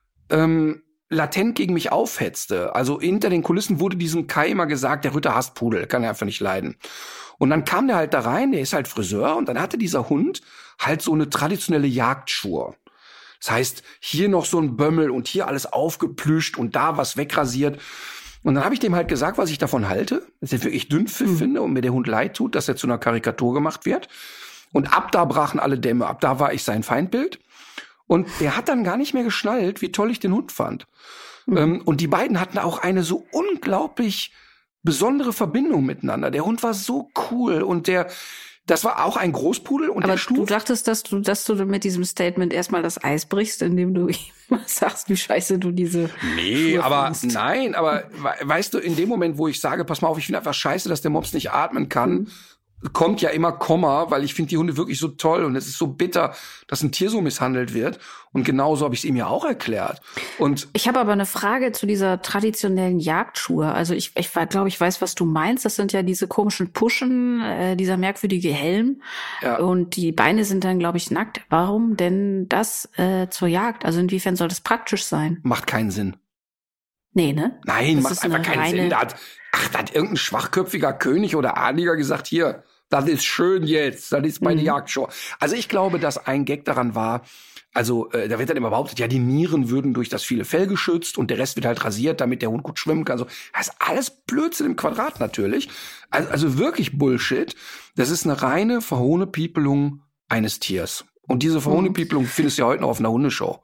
ähm, latent gegen mich aufhetzte. Also hinter den Kulissen wurde diesem Kai immer gesagt, der Ritter hasst Pudel, kann er einfach nicht leiden. Und dann kam der halt da rein, der ist halt Friseur, und dann hatte dieser Hund halt so eine traditionelle Jagdschur. Das heißt, hier noch so ein Bömmel und hier alles aufgeplüscht und da was wegrasiert. Und dann habe ich dem halt gesagt, was ich davon halte, dass ich wirklich Dünnpfiff mhm. finde und mir der Hund leid tut, dass er zu einer Karikatur gemacht wird. Und ab da brachen alle Dämme, ab da war ich sein Feindbild. Und der hat dann gar nicht mehr geschnallt, wie toll ich den Hund fand. Mhm. Ähm, und die beiden hatten auch eine so unglaublich besondere Verbindung miteinander. Der Hund war so cool und der, das war auch ein Großpudel. Und aber der du dachtest, dass du, dass du mit diesem Statement erstmal das Eis brichst, indem du ihm sagst, wie scheiße du diese Nee, Schuhe aber findest. nein, aber weißt du, in dem Moment, wo ich sage, pass mal auf, ich finde einfach scheiße, dass der Mops nicht atmen kann, mhm. kommt ja immer Komma, weil ich finde die Hunde wirklich so toll und es ist so bitter, dass ein Tier so misshandelt wird. Und genauso habe ich es ihm ja auch erklärt. Und ich habe aber eine Frage zu dieser traditionellen Jagdschuhe. Also ich, ich glaube, ich weiß, was du meinst. Das sind ja diese komischen Puschen, äh, dieser merkwürdige Helm. Ja. Und die Beine sind dann, glaube ich, nackt. Warum denn das äh, zur Jagd? Also inwiefern soll das praktisch sein? Macht keinen Sinn. Nee, ne? Nein, das macht einfach keinen Sinn. Da hat, ach, da hat irgendein schwachköpfiger König oder Adliger gesagt, hier, das ist schön jetzt, das ist meine mhm. Jagdshow. Also ich glaube, dass ein Gag daran war, also äh, da wird dann immer behauptet, ja, die Nieren würden durch das viele Fell geschützt und der Rest wird halt rasiert, damit der Hund gut schwimmen kann. Also, das ist alles Blödsinn im Quadrat natürlich. Also, also wirklich Bullshit. Das ist eine reine Verhohnepiepelung eines Tiers. Und diese Verhohnepiepelung mhm. findest du ja heute noch auf einer Hundeshow.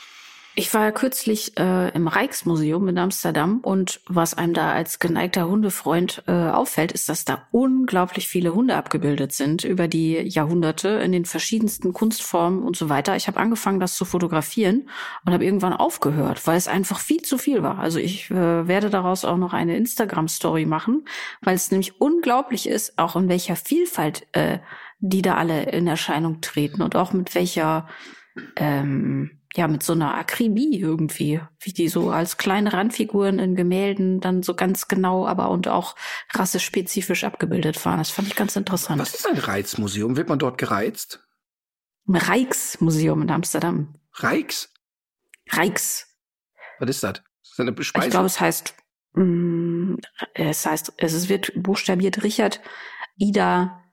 Ich war kürzlich äh, im Rijksmuseum in Amsterdam und was einem da als geneigter Hundefreund äh, auffällt, ist, dass da unglaublich viele Hunde abgebildet sind über die Jahrhunderte in den verschiedensten Kunstformen und so weiter. Ich habe angefangen, das zu fotografieren und habe irgendwann aufgehört, weil es einfach viel zu viel war. Also ich äh, werde daraus auch noch eine Instagram-Story machen, weil es nämlich unglaublich ist, auch in welcher Vielfalt äh, die da alle in Erscheinung treten und auch mit welcher ähm, ja, mit so einer Akribie irgendwie, wie die so als kleine Randfiguren in Gemälden dann so ganz genau, aber und auch rassespezifisch abgebildet waren. Das fand ich ganz interessant. Was ist ein Reizmuseum? Wird man dort gereizt? Im Rijksmuseum in Amsterdam. Rijks? Rijks. Was ist das? Ist das eine Bespeisung? Ich glaube, es heißt, mh, ähm, es heißt, es wird buchstabiert Richard, Ida,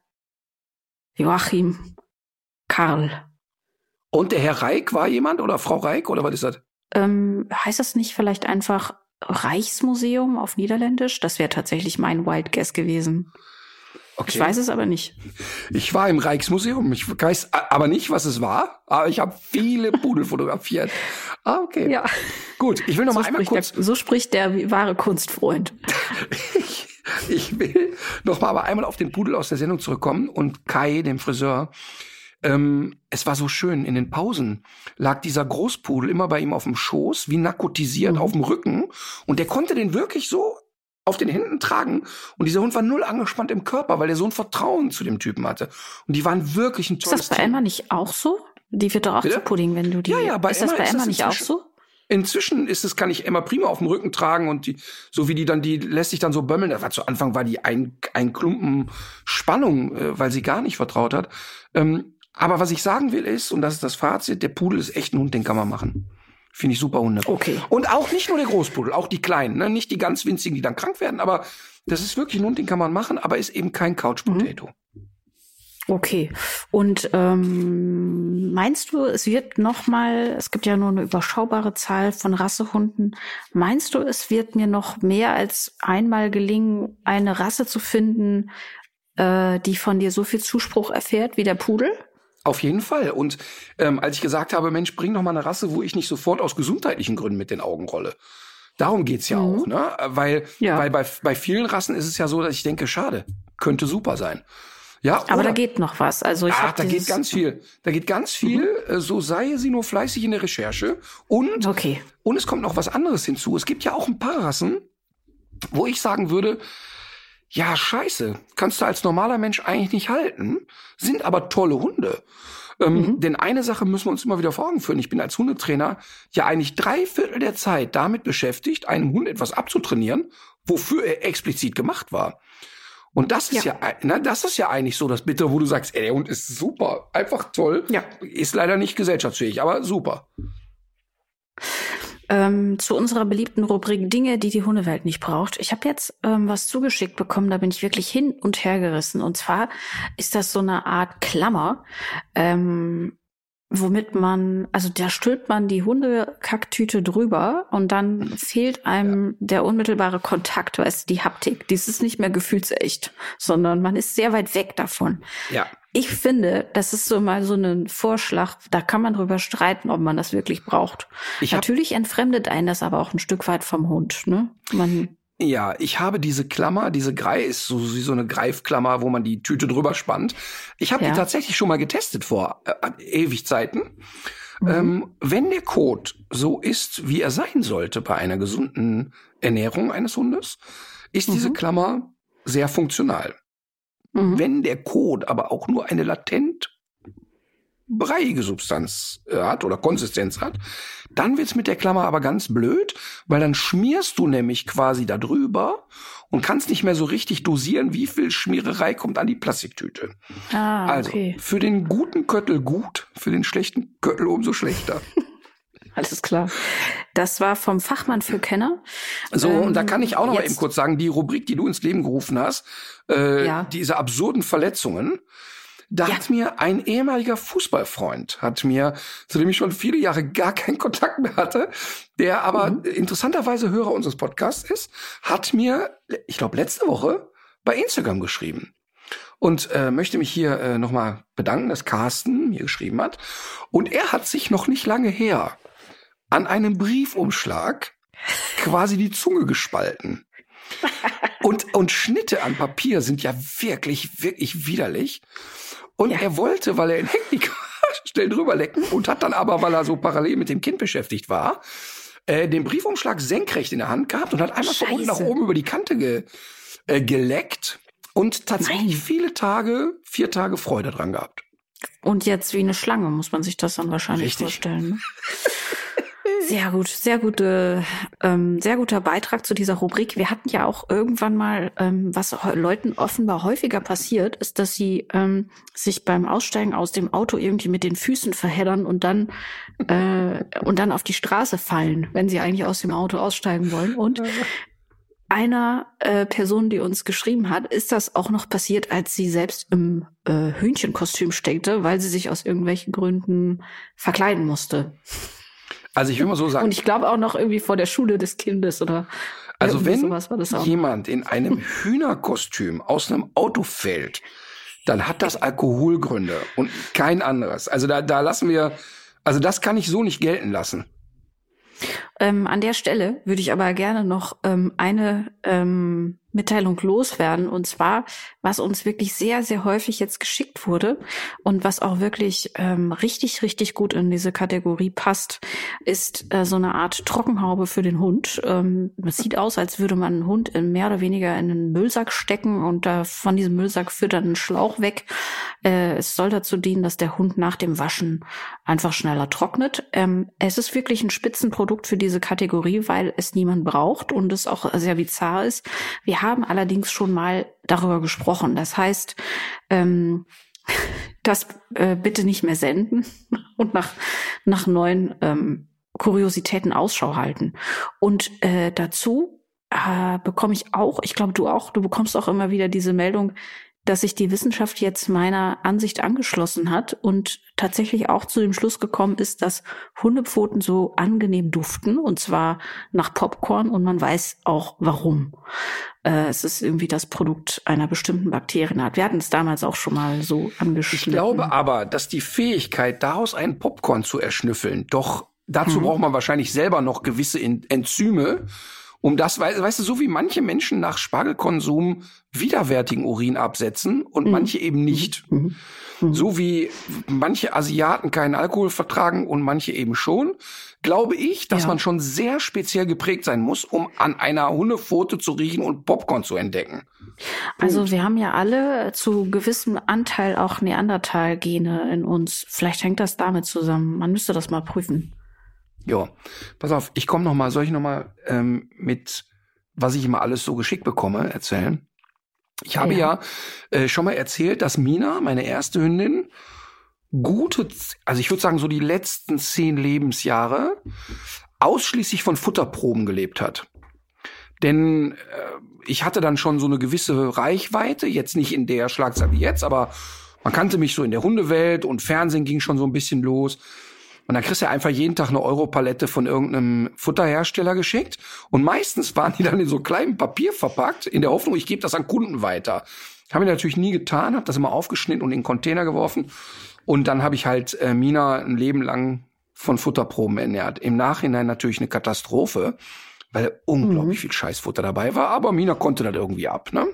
Joachim, Karl. Und der Herr Reik war jemand oder Frau Reik oder was ist das? Ähm, heißt das nicht vielleicht einfach Reichsmuseum auf Niederländisch? Das wäre tatsächlich mein Wild Guess gewesen. Okay. Ich weiß es aber nicht. Ich war im Reichsmuseum. Ich weiß aber nicht, was es war. Aber ich habe viele Pudel fotografiert. Ah, okay. Ja. Gut, ich will noch so mal einmal kurz... Der, so spricht der wahre Kunstfreund. ich, ich will noch mal aber einmal auf den Pudel aus der Sendung zurückkommen. Und Kai, dem Friseur, ähm, es war so schön. In den Pausen lag dieser Großpudel immer bei ihm auf dem Schoß, wie narkotisiert mhm. auf dem Rücken. Und der konnte den wirklich so auf den Händen tragen. Und dieser Hund war null angespannt im Körper, weil er so ein Vertrauen zu dem Typen hatte. Und die waren wirklich ein tolles Ist das bei Team. Emma nicht auch so? Die wird doch auch Bitte? zu Pudding, wenn du die... Ja, ja, bei ist Emma das bei ist Emma das nicht auch so? Inzwischen ist es, kann ich Emma prima auf dem Rücken tragen und die, so wie die dann, die lässt sich dann so bömmeln. Das war zu Anfang war die ein, ein Klumpen Spannung, äh, weil sie gar nicht vertraut hat. Ähm, aber was ich sagen will ist, und das ist das Fazit, der Pudel ist echt ein Hund, den kann man machen. Finde ich super Hunde. Okay. Und auch nicht nur der Großpudel, auch die Kleinen, ne? Nicht die ganz winzigen, die dann krank werden, aber das ist wirklich ein Hund, den kann man machen, aber ist eben kein Couch Potato. Mhm. Okay. Und ähm, meinst du, es wird noch mal, es gibt ja nur eine überschaubare Zahl von Rassehunden, meinst du, es wird mir noch mehr als einmal gelingen, eine Rasse zu finden, äh, die von dir so viel Zuspruch erfährt wie der Pudel? Auf jeden Fall. Und ähm, als ich gesagt habe, Mensch, bring doch mal eine Rasse, wo ich nicht sofort aus gesundheitlichen Gründen mit den Augen rolle. Darum geht's ja mhm. auch, ne? Weil, ja. weil bei, bei vielen Rassen ist es ja so, dass ich denke, schade, könnte super sein. Ja, aber oder, da geht noch was. Also ich ach, da geht ganz viel. Da geht ganz viel. Mhm. So sei sie nur fleißig in der Recherche. Und, okay. und es kommt noch was anderes hinzu. Es gibt ja auch ein paar Rassen, wo ich sagen würde, ja, scheiße, kannst du als normaler Mensch eigentlich nicht halten, sind aber tolle Hunde. Ähm, mhm. Denn eine Sache müssen wir uns immer wieder vor Augen führen. Ich bin als Hundetrainer ja eigentlich drei Viertel der Zeit damit beschäftigt, einem Hund etwas abzutrainieren, wofür er explizit gemacht war. Und das ist ja, ja na, das ist ja eigentlich so das Bittere, wo du sagst, ey, der Hund ist super, einfach toll. Ja. Ist leider nicht gesellschaftsfähig, aber super. Ähm, zu unserer beliebten Rubrik Dinge, die die Hundewelt nicht braucht. Ich habe jetzt ähm, was zugeschickt bekommen, da bin ich wirklich hin und her gerissen. Und zwar ist das so eine Art Klammer, ähm, womit man, also da stülpt man die Hundekacktüte drüber und dann fehlt einem ja. der unmittelbare Kontakt, weißt du, die Haptik. Dies ist nicht mehr gefühlsecht, sondern man ist sehr weit weg davon. Ja. Ich finde, das ist so mal so ein Vorschlag, da kann man drüber streiten, ob man das wirklich braucht. Ich Natürlich entfremdet einen das aber auch ein Stück weit vom Hund, ne? Man Ja, ich habe diese Klammer, diese Greif, ist so wie so eine Greifklammer, wo man die Tüte drüber spannt. Ich habe ja. die tatsächlich schon mal getestet vor äh, ewig Zeiten. Mhm. Ähm, wenn der Kot so ist, wie er sein sollte bei einer gesunden Ernährung eines Hundes, ist mhm. diese Klammer sehr funktional. Mhm. Wenn der Kot aber auch nur eine latent breiige Substanz äh, hat oder Konsistenz hat, dann wird's mit der Klammer aber ganz blöd, weil dann schmierst du nämlich quasi da drüber und kannst nicht mehr so richtig dosieren, wie viel Schmiererei kommt an die Plastiktüte. Ah, okay. Also für den guten Köttel gut, für den schlechten Köttel umso schlechter. Alles klar. Das war vom Fachmann für Kenner. So, ähm, und da kann ich auch noch jetzt. mal eben kurz sagen, die Rubrik, die du ins Leben gerufen hast, äh, ja. diese absurden Verletzungen, da ja. hat mir ein ehemaliger Fußballfreund, hat mir, zu dem ich schon viele Jahre gar keinen Kontakt mehr hatte, der aber mhm. interessanterweise Hörer unseres Podcasts ist, hat mir, ich glaube, letzte Woche bei Instagram geschrieben. Und äh, möchte mich hier äh, nochmal bedanken, dass Carsten mir geschrieben hat. Und er hat sich noch nicht lange her an einem Briefumschlag quasi die Zunge gespalten. Und, und Schnitte an Papier sind ja wirklich, wirklich widerlich. Und ja. er wollte, weil er in Hektik war, schnell drüber lecken und hat dann aber, weil er so parallel mit dem Kind beschäftigt war, äh, den Briefumschlag senkrecht in der Hand gehabt und hat einmal von unten nach oben über die Kante ge, äh, geleckt und tatsächlich Nein. viele Tage, vier Tage Freude dran gehabt. Und jetzt wie eine Schlange muss man sich das dann wahrscheinlich Richtig. vorstellen. Ne? Sehr gut, sehr gute, ähm, sehr guter Beitrag zu dieser Rubrik. Wir hatten ja auch irgendwann mal, ähm, was Leuten offenbar häufiger passiert, ist, dass sie ähm, sich beim Aussteigen aus dem Auto irgendwie mit den Füßen verheddern und dann äh, und dann auf die Straße fallen, wenn sie eigentlich aus dem Auto aussteigen wollen. Und einer äh, Person, die uns geschrieben hat, ist das auch noch passiert, als sie selbst im äh, Hühnchenkostüm steckte, weil sie sich aus irgendwelchen Gründen verkleiden musste. Also ich will mal so sagen. Und ich glaube auch noch irgendwie vor der Schule des Kindes oder also wenn sowas war das auch. Jemand in einem Hühnerkostüm aus einem Auto fällt, dann hat das Alkoholgründe und kein anderes. Also da, da lassen wir, also das kann ich so nicht gelten lassen. Ähm, an der Stelle würde ich aber gerne noch ähm, eine ähm, Mitteilung loswerden. Und zwar, was uns wirklich sehr, sehr häufig jetzt geschickt wurde und was auch wirklich ähm, richtig, richtig gut in diese Kategorie passt, ist äh, so eine Art Trockenhaube für den Hund. Ähm, es sieht aus, als würde man einen Hund in mehr oder weniger in einen Müllsack stecken und da von diesem Müllsack führt dann ein Schlauch weg. Äh, es soll dazu dienen, dass der Hund nach dem Waschen einfach schneller trocknet. Ähm, es ist wirklich ein Spitzenprodukt für diese Kategorie, weil es niemand braucht und es auch sehr bizarr ist. Wir haben allerdings schon mal darüber gesprochen. Das heißt, ähm, das äh, bitte nicht mehr senden und nach nach neuen ähm, Kuriositäten Ausschau halten. Und äh, dazu äh, bekomme ich auch, ich glaube du auch, du bekommst auch immer wieder diese Meldung, dass sich die Wissenschaft jetzt meiner Ansicht angeschlossen hat und tatsächlich auch zu dem Schluss gekommen ist, dass Hundepfoten so angenehm duften, und zwar nach Popcorn, und man weiß auch warum. Äh, es ist irgendwie das Produkt einer bestimmten Bakterienart. Wir hatten es damals auch schon mal so angeschnitten. Ich glaube aber, dass die Fähigkeit, daraus einen Popcorn zu erschnüffeln, doch dazu hm. braucht man wahrscheinlich selber noch gewisse Enzyme, um das, weißt du, so wie manche Menschen nach Spargelkonsum widerwärtigen Urin absetzen und mhm. manche eben nicht. Mhm. Mhm. So wie manche Asiaten keinen Alkohol vertragen und manche eben schon, glaube ich, dass ja. man schon sehr speziell geprägt sein muss, um an einer Hundepfote zu riechen und Popcorn zu entdecken. Also Punkt. Wir haben ja alle zu gewissem Anteil auch Neandertal-Gene in uns. Vielleicht hängt das damit zusammen. Man müsste das mal prüfen. Ja, pass auf, ich komme noch mal, soll ich noch mal ähm, mit, was ich immer alles so geschickt bekomme, erzählen? Ich habe ja, ja äh, schon mal erzählt, dass Mina, meine erste Hündin, gute, also ich würde sagen so die letzten zehn Lebensjahre ausschließlich von Futterproben gelebt hat. Denn äh, ich hatte dann schon so eine gewisse Reichweite, jetzt nicht in der Schlagzahl wie jetzt, aber man kannte mich so in der Hundewelt und Fernsehen ging schon so ein bisschen los. Und dann kriegst du einfach jeden Tag eine Europalette von irgendeinem Futterhersteller geschickt. Und meistens waren die dann in so kleinem Papier verpackt, in der Hoffnung, ich gebe das an Kunden weiter. Habe ich natürlich nie getan, habe das immer aufgeschnitten und in den Container geworfen. Und dann habe ich halt äh, Mina ein Leben lang von Futterproben ernährt. Im Nachhinein natürlich eine Katastrophe, weil unglaublich mhm. viel Scheißfutter dabei war. Aber Mina konnte das irgendwie ab, ne?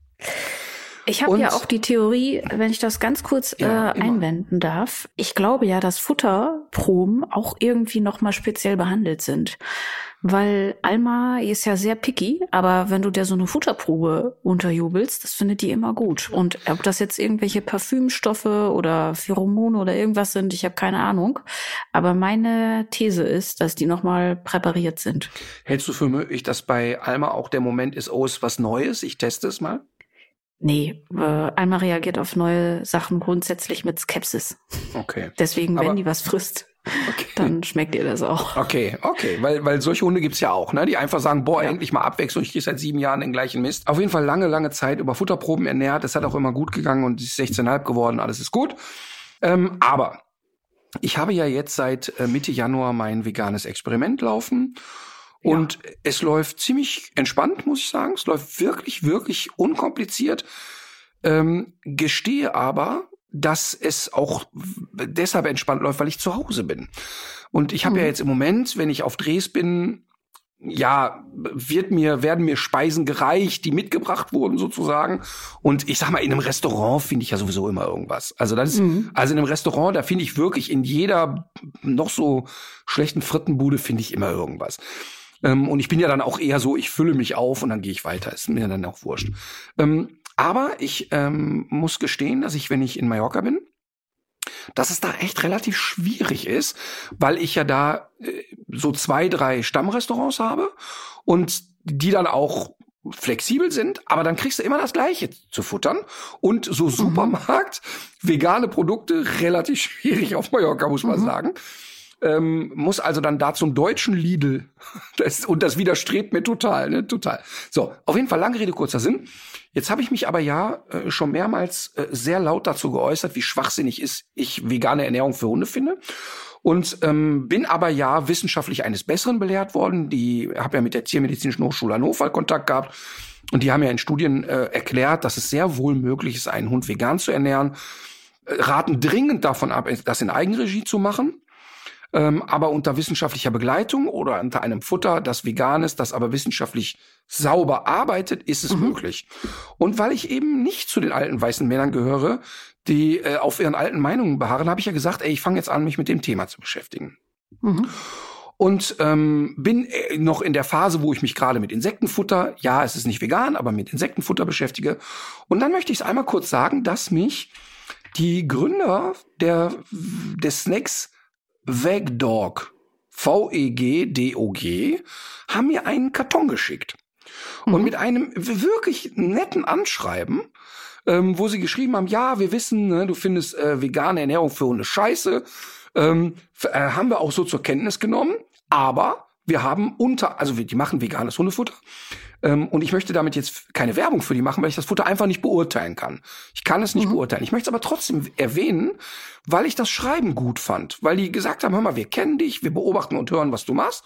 Ich habe ja auch die Theorie, wenn ich das ganz kurz ja, äh, einwenden darf. Ich glaube ja, dass Futterproben auch irgendwie noch mal speziell behandelt sind. Weil Alma ist ja sehr picky, aber wenn du der so eine Futterprobe unterjubelst, das findet die immer gut. Und ob das jetzt irgendwelche Parfümstoffe oder Pheromone oder irgendwas sind, ich habe keine Ahnung. Aber meine These ist, dass die noch mal präpariert sind. Hältst du für möglich, dass bei Alma auch der Moment ist, oh, ist was Neues, ich teste es mal? Nee, äh, Alma reagiert auf neue Sachen grundsätzlich mit Skepsis. Okay. Deswegen, Aber, wenn die was frisst, okay. dann schmeckt ihr das auch. Okay, okay, weil weil solche Hunde gibt's ja auch, ne, die einfach sagen, boah, ja. endlich mal Abwechslung, ich krieg seit sieben Jahren den gleichen Mist. Auf jeden Fall lange, lange Zeit über Futterproben ernährt, das hat auch immer gut gegangen und ist sechzehn Komma fünf geworden, alles ist gut. Ähm, aber ich habe ja jetzt seit äh, Mitte Januar mein veganes Experiment laufen. Und ja. es läuft ziemlich entspannt, muss ich sagen. Es läuft wirklich, wirklich unkompliziert. Ähm, gestehe aber, dass es auch deshalb entspannt läuft, weil ich zu Hause bin. Und ich habe mhm. ja jetzt im Moment, wenn ich auf Drehs bin, ja, wird mir, werden mir Speisen gereicht, die mitgebracht wurden sozusagen. Und ich sag mal, in einem Restaurant finde ich ja sowieso immer irgendwas. Also das ist, mhm. also in einem Restaurant, da finde ich wirklich in jeder noch so schlechten Frittenbude finde ich immer irgendwas. Ähm, und ich bin ja dann auch eher so, ich fülle mich auf und dann gehe ich weiter. Ist mir dann auch wurscht. Ähm, aber ich ähm, muss gestehen, dass ich, wenn ich in Mallorca bin, dass es da echt relativ schwierig ist, weil ich ja da äh, so zwei, drei Stammrestaurants habe und die dann auch flexibel sind, aber dann kriegst du immer das Gleiche zu futtern. Und so Supermarkt, mhm. vegane Produkte, relativ schwierig auf Mallorca, muss man mhm. sagen. Ähm, muss also dann da zum deutschen Lidl. Das, und das widerstrebt mir total, ne? Total. So, auf jeden Fall, lange Rede, kurzer Sinn. Jetzt habe ich mich aber ja äh, schon mehrmals äh, sehr laut dazu geäußert, wie schwachsinnig ist ich vegane Ernährung für Hunde finde. Und ähm, bin aber ja wissenschaftlich eines Besseren belehrt worden. Die habe ja mit der Tiermedizinischen Hochschule Hannover Kontakt gehabt. Und die haben ja in Studien äh, erklärt, dass es sehr wohl möglich ist, einen Hund vegan zu ernähren. Äh, raten dringend davon ab, das in Eigenregie zu machen. Ähm, aber unter wissenschaftlicher Begleitung oder unter einem Futter, das vegan ist, das aber wissenschaftlich sauber arbeitet, ist es mhm. möglich. Und weil ich eben nicht zu den alten weißen Männern gehöre, die äh, auf ihren alten Meinungen beharren, habe ich ja gesagt, ey, ich fange jetzt an, mich mit dem Thema zu beschäftigen. Mhm. Und ähm, bin äh, noch in der Phase, wo ich mich gerade mit Insektenfutter, ja, es ist nicht vegan, aber mit Insektenfutter beschäftige. Und dann möchte ich es einmal kurz sagen, dass mich die Gründer der des Snacks Vegdog, V E G D O G, haben mir einen Karton geschickt. Mhm. Und mit einem wirklich netten Anschreiben, ähm, wo sie geschrieben haben, ja, wir wissen, ne, du findest äh, vegane Ernährung für Hunde scheiße, ähm, äh, haben wir auch so zur Kenntnis genommen, aber wir haben unter, also die machen veganes Hundefutter, ähm, und ich möchte damit jetzt keine Werbung für die machen, weil ich das Futter einfach nicht beurteilen kann. Ich kann es nicht mhm. beurteilen. Ich möchte es aber trotzdem erwähnen, weil ich das Schreiben gut fand. Weil die gesagt haben, hör mal, wir kennen dich, wir beobachten und hören, was du machst.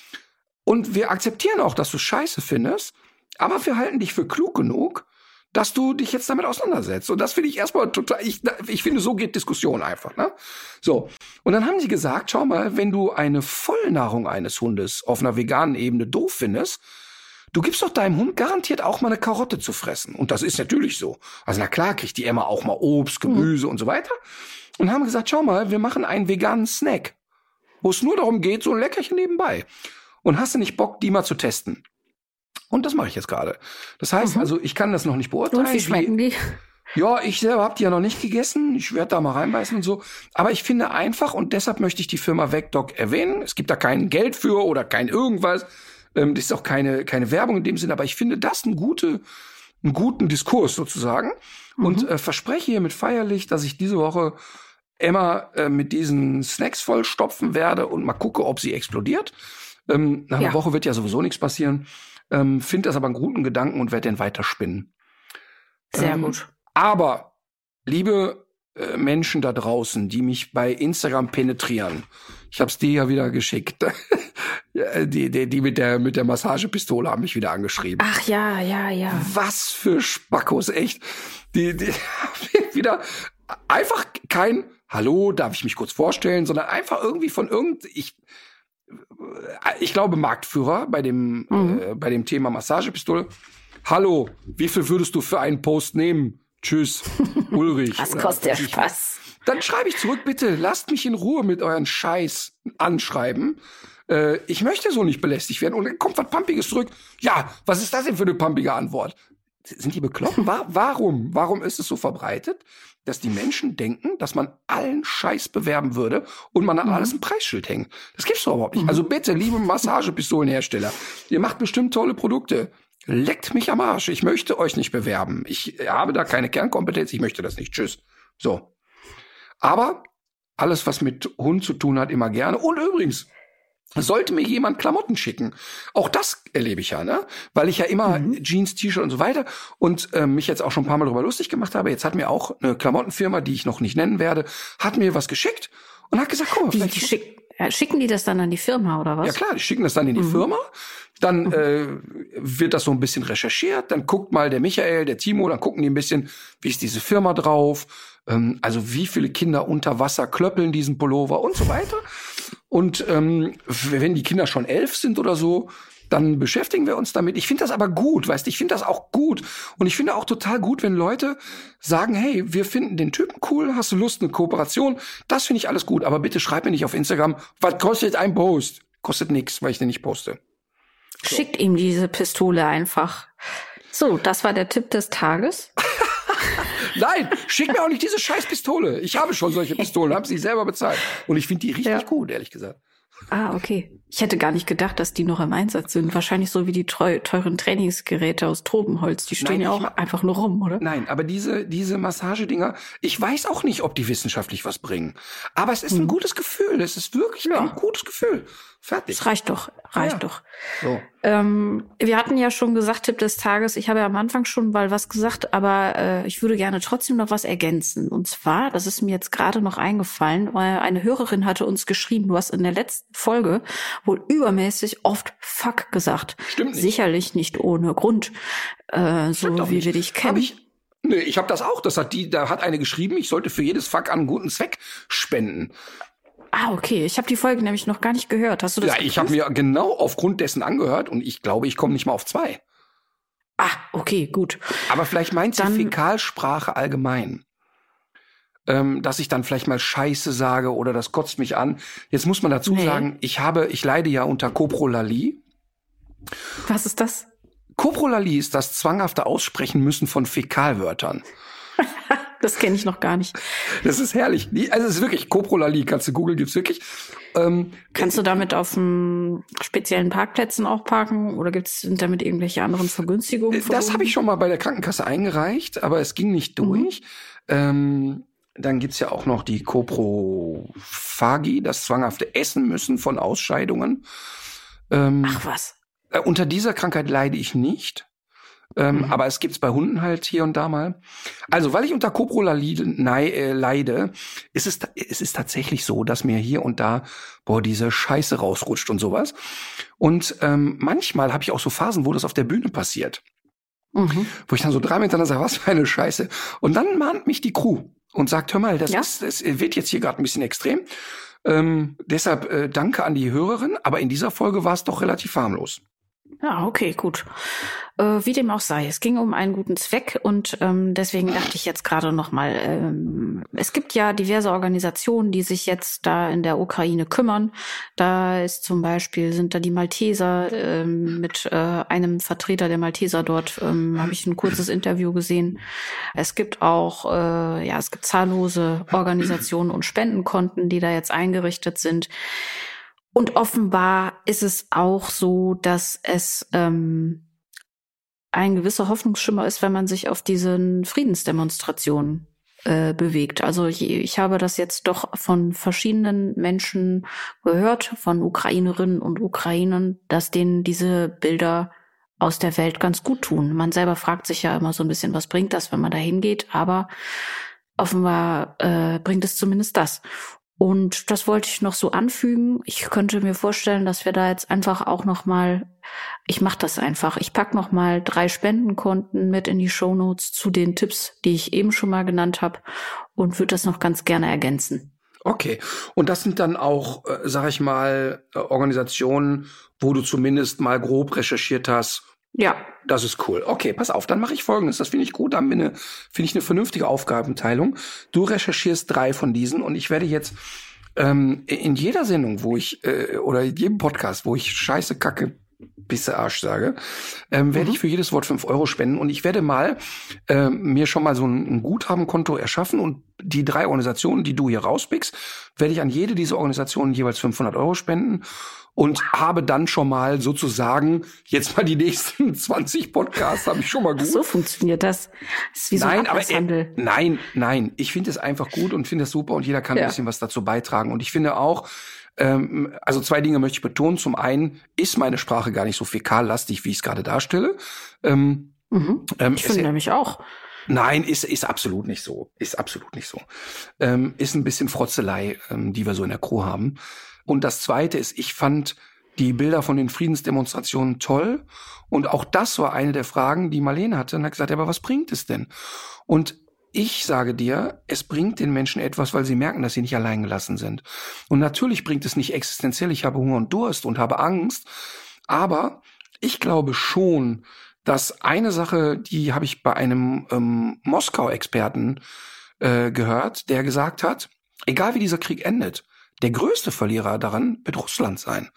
Und wir akzeptieren auch, dass du Scheiße findest, aber wir halten dich für klug genug, dass du dich jetzt damit auseinandersetzt. Und das finde ich erstmal total, ich, ich finde, so geht Diskussion einfach, ne? So. Und dann haben sie gesagt, schau mal, wenn du eine Vollnahrung eines Hundes auf einer veganen Ebene doof findest, du gibst doch deinem Hund garantiert auch mal eine Karotte zu fressen. Und das ist natürlich so. Also na klar kriegt die Emma auch mal Obst, Gemüse mhm. und so weiter. Und haben gesagt, schau mal, wir machen einen veganen Snack, wo es nur darum geht, so ein Leckerchen nebenbei. Und hast du nicht Bock, die mal zu testen? Und das mache ich jetzt gerade. Das heißt mhm. also, ich kann das noch nicht beurteilen. Und wie schmecken die? Ja, ich selber habe die ja noch nicht gegessen. Ich werde da mal reinbeißen und so. Aber ich finde einfach, und deshalb möchte ich die Firma Vegdog erwähnen. Es gibt da kein Geld für oder kein irgendwas. Ähm, das ist auch keine keine Werbung in dem Sinne. Aber ich finde das einen, gute, einen guten Diskurs sozusagen. Mhm. Und äh, verspreche hiermit feierlich, dass ich diese Woche Emma äh, mit diesen Snacks vollstopfen werde und mal gucke, ob sie explodiert. Ähm, nach einer ja. Woche wird ja sowieso nichts passieren. Ähm, finde das aber einen guten Gedanken und werde den weiter spinnen. Sehr ähm, gut. Aber, liebe äh, Menschen da draußen, die mich bei Instagram penetrieren, ich hab's dir ja wieder geschickt, die, die, die mit der mit der Massagepistole haben mich wieder angeschrieben. Ach ja, ja, ja. Was für Spackos, echt. Die, die wieder einfach kein Hallo, darf ich mich kurz vorstellen, sondern einfach irgendwie von irgend ich ich glaube Marktführer bei dem mhm. äh, bei dem Thema Massagepistole. Hallo, wie viel würdest du für einen Post nehmen? Tschüss, Ulrich. Was kostet der Spaß? Dann schreibe ich zurück, bitte lasst mich in Ruhe mit euren Scheiß anschreiben. Äh, ich möchte so nicht belästigt werden. Und dann kommt was Pampiges zurück. Ja, was ist das denn für eine pampige Antwort? Sind die bekloppt? War, warum? Warum ist es so verbreitet, dass die Menschen denken, dass man allen Scheiß bewerben würde und man an mhm. alles ein Preisschild hängt? Das gibt's doch überhaupt nicht. Mhm. Also bitte, liebe Massagepistolenhersteller, ihr macht bestimmt tolle Produkte. Leckt mich am Arsch. Ich möchte euch nicht bewerben. Ich habe da keine Kernkompetenz. Ich möchte das nicht. Tschüss. So. Aber alles, was mit Hund zu tun hat, immer gerne. Und übrigens, sollte mir jemand Klamotten schicken. Auch das erlebe ich ja, ne? Weil ich ja immer mhm. Jeans, T-Shirt und so weiter und äh, mich jetzt auch schon ein paar Mal darüber lustig gemacht habe. Jetzt hat mir auch eine Klamottenfirma, die ich noch nicht nennen werde, hat mir was geschickt und hat gesagt, guck mal, vielleicht... Die schick, ja, schicken die das dann an die Firma, oder was? Ja klar, die schicken das dann in die mhm. Firma. Dann mhm. äh, wird das so ein bisschen recherchiert. Dann guckt mal der Michael, der Timo, dann gucken die ein bisschen, wie ist diese Firma drauf, ähm, also wie viele Kinder unter Wasser klöppeln diesen Pullover und so weiter. Und ähm, wenn die Kinder schon elf sind oder so, dann beschäftigen wir uns damit. Ich finde das aber gut, weißt du, ich finde das auch gut. Und ich finde auch total gut, wenn Leute sagen, hey, wir finden den Typen cool, hast du Lust, eine Kooperation? Das finde ich alles gut, aber bitte schreib mir nicht auf Instagram, was kostet ein Post? Kostet nichts, weil ich den nicht poste. So. Schickt ihm diese Pistole einfach. So, das war der Tipp des Tages. Nein, schick mir auch nicht diese scheiß Pistole. Ich habe schon solche Pistolen, habe sie selber bezahlt. Und ich finde die richtig ja. gut, ehrlich gesagt. Ah, okay. Ich hätte gar nicht gedacht, dass die noch im Einsatz sind. Wahrscheinlich so wie die treu, teuren Trainingsgeräte aus Tropenholz. Die stehen Nein, ja auch ma- einfach nur rum, oder? Nein, aber diese, diese Massagedinger, ich weiß auch nicht, ob die wissenschaftlich was bringen. Aber es ist hm. ein gutes Gefühl. Es ist wirklich ja. ein gutes Gefühl. Fertig. Das reicht doch. Reicht ja. doch. So. Ähm, wir hatten ja schon gesagt, Tipp des Tages. Ich habe ja am Anfang schon mal was gesagt, aber äh, ich würde gerne trotzdem noch was ergänzen. Und zwar, das ist mir jetzt gerade noch eingefallen, weil eine Hörerin hatte uns geschrieben, du hast in der letzten Folge wohl übermäßig oft Fuck gesagt. Stimmt nicht. Sicherlich nicht ohne Grund, äh, so wie nicht. wir dich kennen. Hab ich, nee, ich habe das auch. Das hat die, da hat eine geschrieben, ich sollte für jedes Fuck an einen guten Zweck spenden. Ah, okay. Ich habe die Folge nämlich noch gar nicht gehört. Hast du das Ja, geprüft? Ich habe mir genau aufgrund dessen angehört und ich glaube, ich komme nicht mal auf zwei. Ah, okay, gut. Aber vielleicht meint sie Dann, Fäkalsprache allgemein. Ähm, dass ich dann vielleicht mal Scheiße sage oder das kotzt mich an. Jetzt muss man dazu nee. sagen, ich habe, ich leide ja unter Koprolalie. Was ist das? Koprolalie ist das zwanghafte Aussprechen müssen von Fäkalwörtern. Das kenne ich noch gar nicht. Das ist herrlich. Also es ist wirklich Koprolalie, kannst du googeln, gibt's wirklich. Ähm, Kannst du damit auf m, speziellen Parkplätzen auch parken oder gibt's sind damit irgendwelche anderen Vergünstigungen? Das habe ich schon mal bei der Krankenkasse eingereicht, aber es ging nicht durch. Mhm. Ähm, dann gibt's ja auch noch die Koprophagie, das zwanghafte Essen müssen von Ausscheidungen. Ähm, Ach was. Äh, unter dieser Krankheit leide ich nicht. Ähm, mhm. Aber es gibt's bei Hunden halt hier und da mal. Also, weil ich unter Koprolalie äh, leide, ist es, es ist tatsächlich so, dass mir hier und da, boah, diese Scheiße rausrutscht und sowas. Und ähm, manchmal habe ich auch so Phasen, wo das auf der Bühne passiert. Mhm. Wo ich dann so drei Minuten sage, was für eine Scheiße. Und dann mahnt mich die Crew und sagt, hör mal, das, ja? ist, das wird jetzt hier gerade ein bisschen extrem. Ähm, deshalb äh, danke an die Hörerin, aber in dieser Folge war es doch relativ harmlos. Ja, okay, gut. Äh, wie dem auch sei, es ging um einen guten Zweck und ähm, deswegen dachte ich jetzt gerade noch mal, ähm, es gibt ja diverse Organisationen, die sich jetzt da in der Ukraine kümmern. Da ist zum Beispiel, sind da die Malteser, ähm, mit äh, einem Vertreter der Malteser dort, ähm, habe ich ein kurzes Interview gesehen. Es gibt auch, äh, ja, es gibt zahllose Organisationen und Spendenkonten, die da jetzt eingerichtet sind. Und offenbar ist es auch so, dass es ähm, ein gewisser Hoffnungsschimmer ist, wenn man sich auf diesen Friedensdemonstrationen äh, bewegt. Also ich, ich habe das jetzt doch von verschiedenen Menschen gehört, von Ukrainerinnen und Ukrainern, dass denen diese Bilder aus der Welt ganz gut tun. Man selber fragt sich ja immer so ein bisschen, was bringt das, wenn man da hingeht, aber offenbar äh, bringt es zumindest das. Und das wollte ich noch so anfügen. Ich könnte mir vorstellen, dass wir da jetzt einfach auch noch mal, ich mache das einfach, ich pack noch mal drei Spendenkonten mit in die Shownotes zu den Tipps, die ich eben schon mal genannt habe und würde das noch ganz gerne ergänzen. Okay. Und das sind dann auch, äh, sag ich mal, äh, Organisationen, wo du zumindest mal grob recherchiert hast. Ja. Das ist cool. Okay, pass auf, dann mache ich Folgendes. Das finde ich gut. Dann finde ich eine vernünftige Aufgabenteilung. Du recherchierst drei von diesen und ich werde jetzt ähm, in jeder Sendung, wo ich, äh, oder in jedem Podcast, wo ich Scheiße, Kacke, Bisse, Arsch sage, ähm, werde mhm. ich für jedes Wort fünf Euro spenden. Und ich werde mal äh, mir schon mal so ein, ein Guthabenkonto erschaffen und die drei Organisationen, die du hier rauspickst, werde ich an jede dieser Organisationen jeweils fünfhundert Euro spenden. Und habe dann schon mal sozusagen, jetzt mal die nächsten zwanzig Podcasts habe ich schon mal gut. Ach, so funktioniert das. Das ist wie so ein Ablasshandel. Äh, nein, nein. Ich finde es einfach gut und finde es super und jeder kann ja. ein bisschen was dazu beitragen. Und ich finde auch, ähm, also zwei Dinge möchte ich betonen. Zum einen ist meine Sprache gar nicht so fäkallastig, wie ich es gerade darstelle. Ähm, mhm. ähm, ich finde nämlich auch. Nein, ist ist absolut nicht so. Ist absolut nicht so. Ähm, ist ein bisschen Frotzelei, ähm, die wir so in der Crew haben. Und das Zweite ist, ich fand die Bilder von den Friedensdemonstrationen toll. Und auch das war eine der Fragen, die Marlene hatte. Und hat gesagt, aber was bringt es denn? Und ich sage dir, es bringt den Menschen etwas, weil sie merken, dass sie nicht allein gelassen sind. Und natürlich bringt es nicht existenziell. Ich habe Hunger und Durst und habe Angst. Aber ich glaube schon, dass eine Sache, die habe ich bei einem ähm, Moskau-Experten äh, gehört, der gesagt hat, egal wie dieser Krieg endet, der größte Verlierer daran wird Russland sein.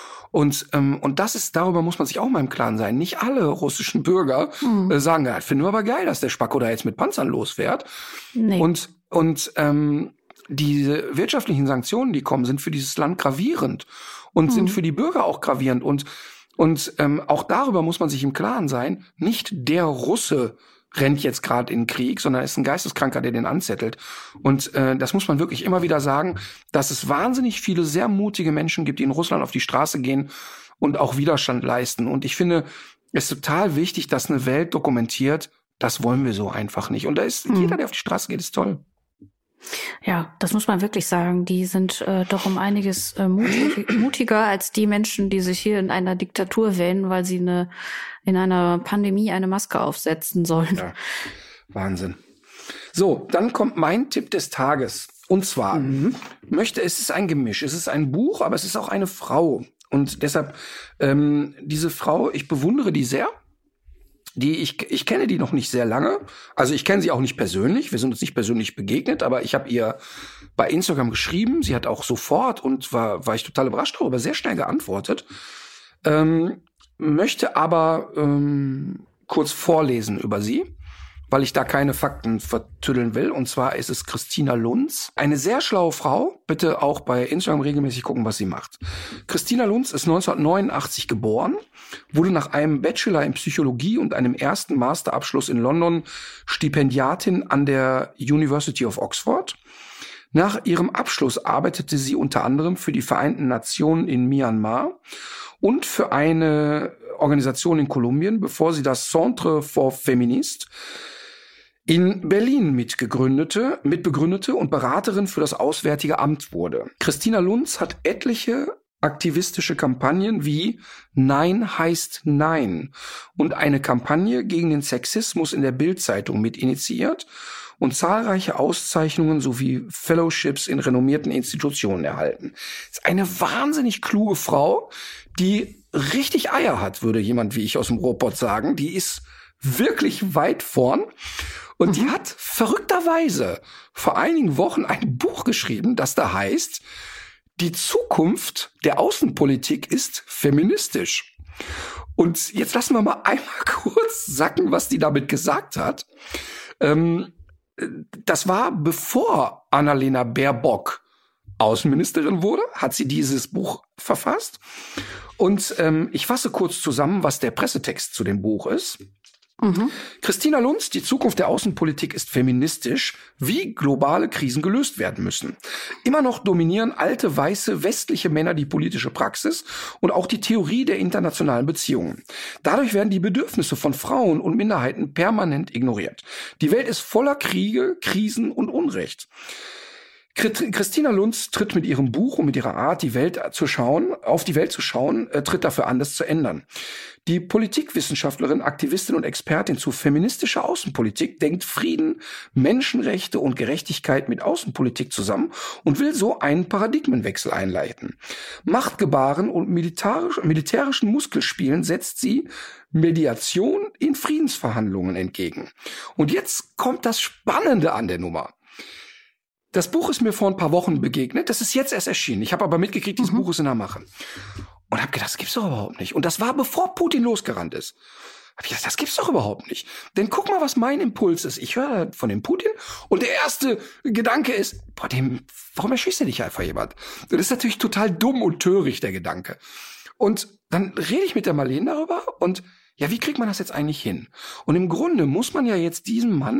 Und ähm, und das ist, darüber muss man sich auch mal im Klaren sein. Nicht alle russischen Bürger mhm. äh, sagen, ja, finden wir aber geil, dass der Spacko da jetzt mit Panzern losfährt. Nee. Und und ähm, diese wirtschaftlichen Sanktionen, die kommen, sind für dieses Land gravierend. und mhm. sind für die Bürger auch gravierend. Und, und ähm, auch darüber muss man sich im Klaren sein, nicht der Russe rennt jetzt gerade in den Krieg, sondern ist ein Geisteskranker, der den anzettelt. Und äh, das muss man wirklich immer wieder sagen, dass es wahnsinnig viele sehr mutige Menschen gibt, die in Russland auf die Straße gehen und auch Widerstand leisten. Und ich finde, es ist total wichtig, dass eine Welt dokumentiert, das wollen wir so einfach nicht. Und da ist mhm. jeder, der auf die Straße geht, ist toll. Ja, das muss man wirklich sagen. Die sind äh, doch um einiges äh, mutig, mutiger als die Menschen, die sich hier in einer Diktatur wählen, weil sie eine in einer Pandemie eine Maske aufsetzen sollen. Ja, Wahnsinn. So, dann kommt mein Tipp des Tages. Und zwar mhm. möchte, es ist ein Gemisch. Es ist ein Buch, aber es ist auch eine Frau. Und deshalb, ähm, diese Frau, ich bewundere die sehr. Die ich ich kenne die noch nicht sehr lange. Also ich kenne sie auch nicht persönlich. Wir sind uns nicht persönlich begegnet, aber ich habe ihr bei Instagram geschrieben. Sie hat auch sofort und war war ich total überrascht darüber, sehr schnell geantwortet. Ähm, möchte aber ähm, kurz vorlesen über sie, weil ich da keine Fakten vertüddeln will. Und zwar ist es Christina Lunz. Eine sehr schlaue Frau. Bitte auch bei Instagram regelmäßig gucken, was sie macht. Christina Lunz ist neunzehnhundertneunundachtzig geboren, wurde nach einem Bachelor in Psychologie und einem ersten Masterabschluss in London Stipendiatin an der University of Oxford. Nach ihrem Abschluss arbeitete sie unter anderem für die Vereinten Nationen in Myanmar und für eine Organisation in Kolumbien, bevor sie das Centre for Feminist in Berlin mitgegründete, mitbegründete und Beraterin für das Auswärtige Amt wurde. Christina Lunz hat etliche aktivistische Kampagnen wie Nein heißt Nein und eine Kampagne gegen den Sexismus in der Bild-Zeitung mit initiiert und zahlreiche Auszeichnungen sowie Fellowships in renommierten Institutionen erhalten. Ist eine wahnsinnig kluge Frau, die richtig Eier hat, würde jemand wie ich aus dem Ruhrpott sagen. Die ist wirklich weit vorn. Und die hat verrückterweise vor einigen Wochen ein Buch geschrieben, das da heißt, die Zukunft der Außenpolitik ist feministisch. Und jetzt lassen wir mal einmal kurz sacken, was die damit gesagt hat. Ähm, das war bevor Annalena Baerbock Außenministerin wurde, hat sie dieses Buch verfasst. Und ähm, ich fasse kurz zusammen, was der Pressetext zu dem Buch ist. Mhm. Christina Lunz, die Zukunft der Außenpolitik ist feministisch, wie globale Krisen gelöst werden müssen. Immer noch dominieren alte, weiße, westliche Männer die politische Praxis und auch die Theorie der internationalen Beziehungen. Dadurch werden die Bedürfnisse von Frauen und Minderheiten permanent ignoriert. Die Welt ist voller Kriege, Krisen und Unrecht. Christina Lunz tritt mit ihrem Buch und mit ihrer Art, die Welt zu schauen, auf die Welt zu schauen, äh, tritt dafür an, das zu ändern. Die Politikwissenschaftlerin, Aktivistin und Expertin zu feministischer Außenpolitik denkt Frieden, Menschenrechte und Gerechtigkeit mit Außenpolitik zusammen und will so einen Paradigmenwechsel einleiten. Machtgebaren und militärisch, militärischen Muskelspielen setzt sie Mediation in Friedensverhandlungen entgegen. Und jetzt kommt das Spannende an der Nummer. Das Buch ist mir vor ein paar Wochen begegnet. Das ist jetzt erst erschienen. Ich habe aber mitgekriegt, dieses mhm. Buch ist in der Mache. Und habe gedacht, das gibt's doch überhaupt nicht. Und das war, bevor Putin losgerannt ist. Habe ich gedacht, das gibt's doch überhaupt nicht. Denn guck mal, was mein Impuls ist. Ich höre von dem Putin und der erste Gedanke ist, boah, dem, warum erschießt denn nicht einfach jemand? Das ist natürlich total dumm und töricht, der Gedanke. Und dann rede ich mit der Marlene darüber und ja, wie kriegt man das jetzt eigentlich hin? Und im Grunde muss man ja jetzt diesem Mann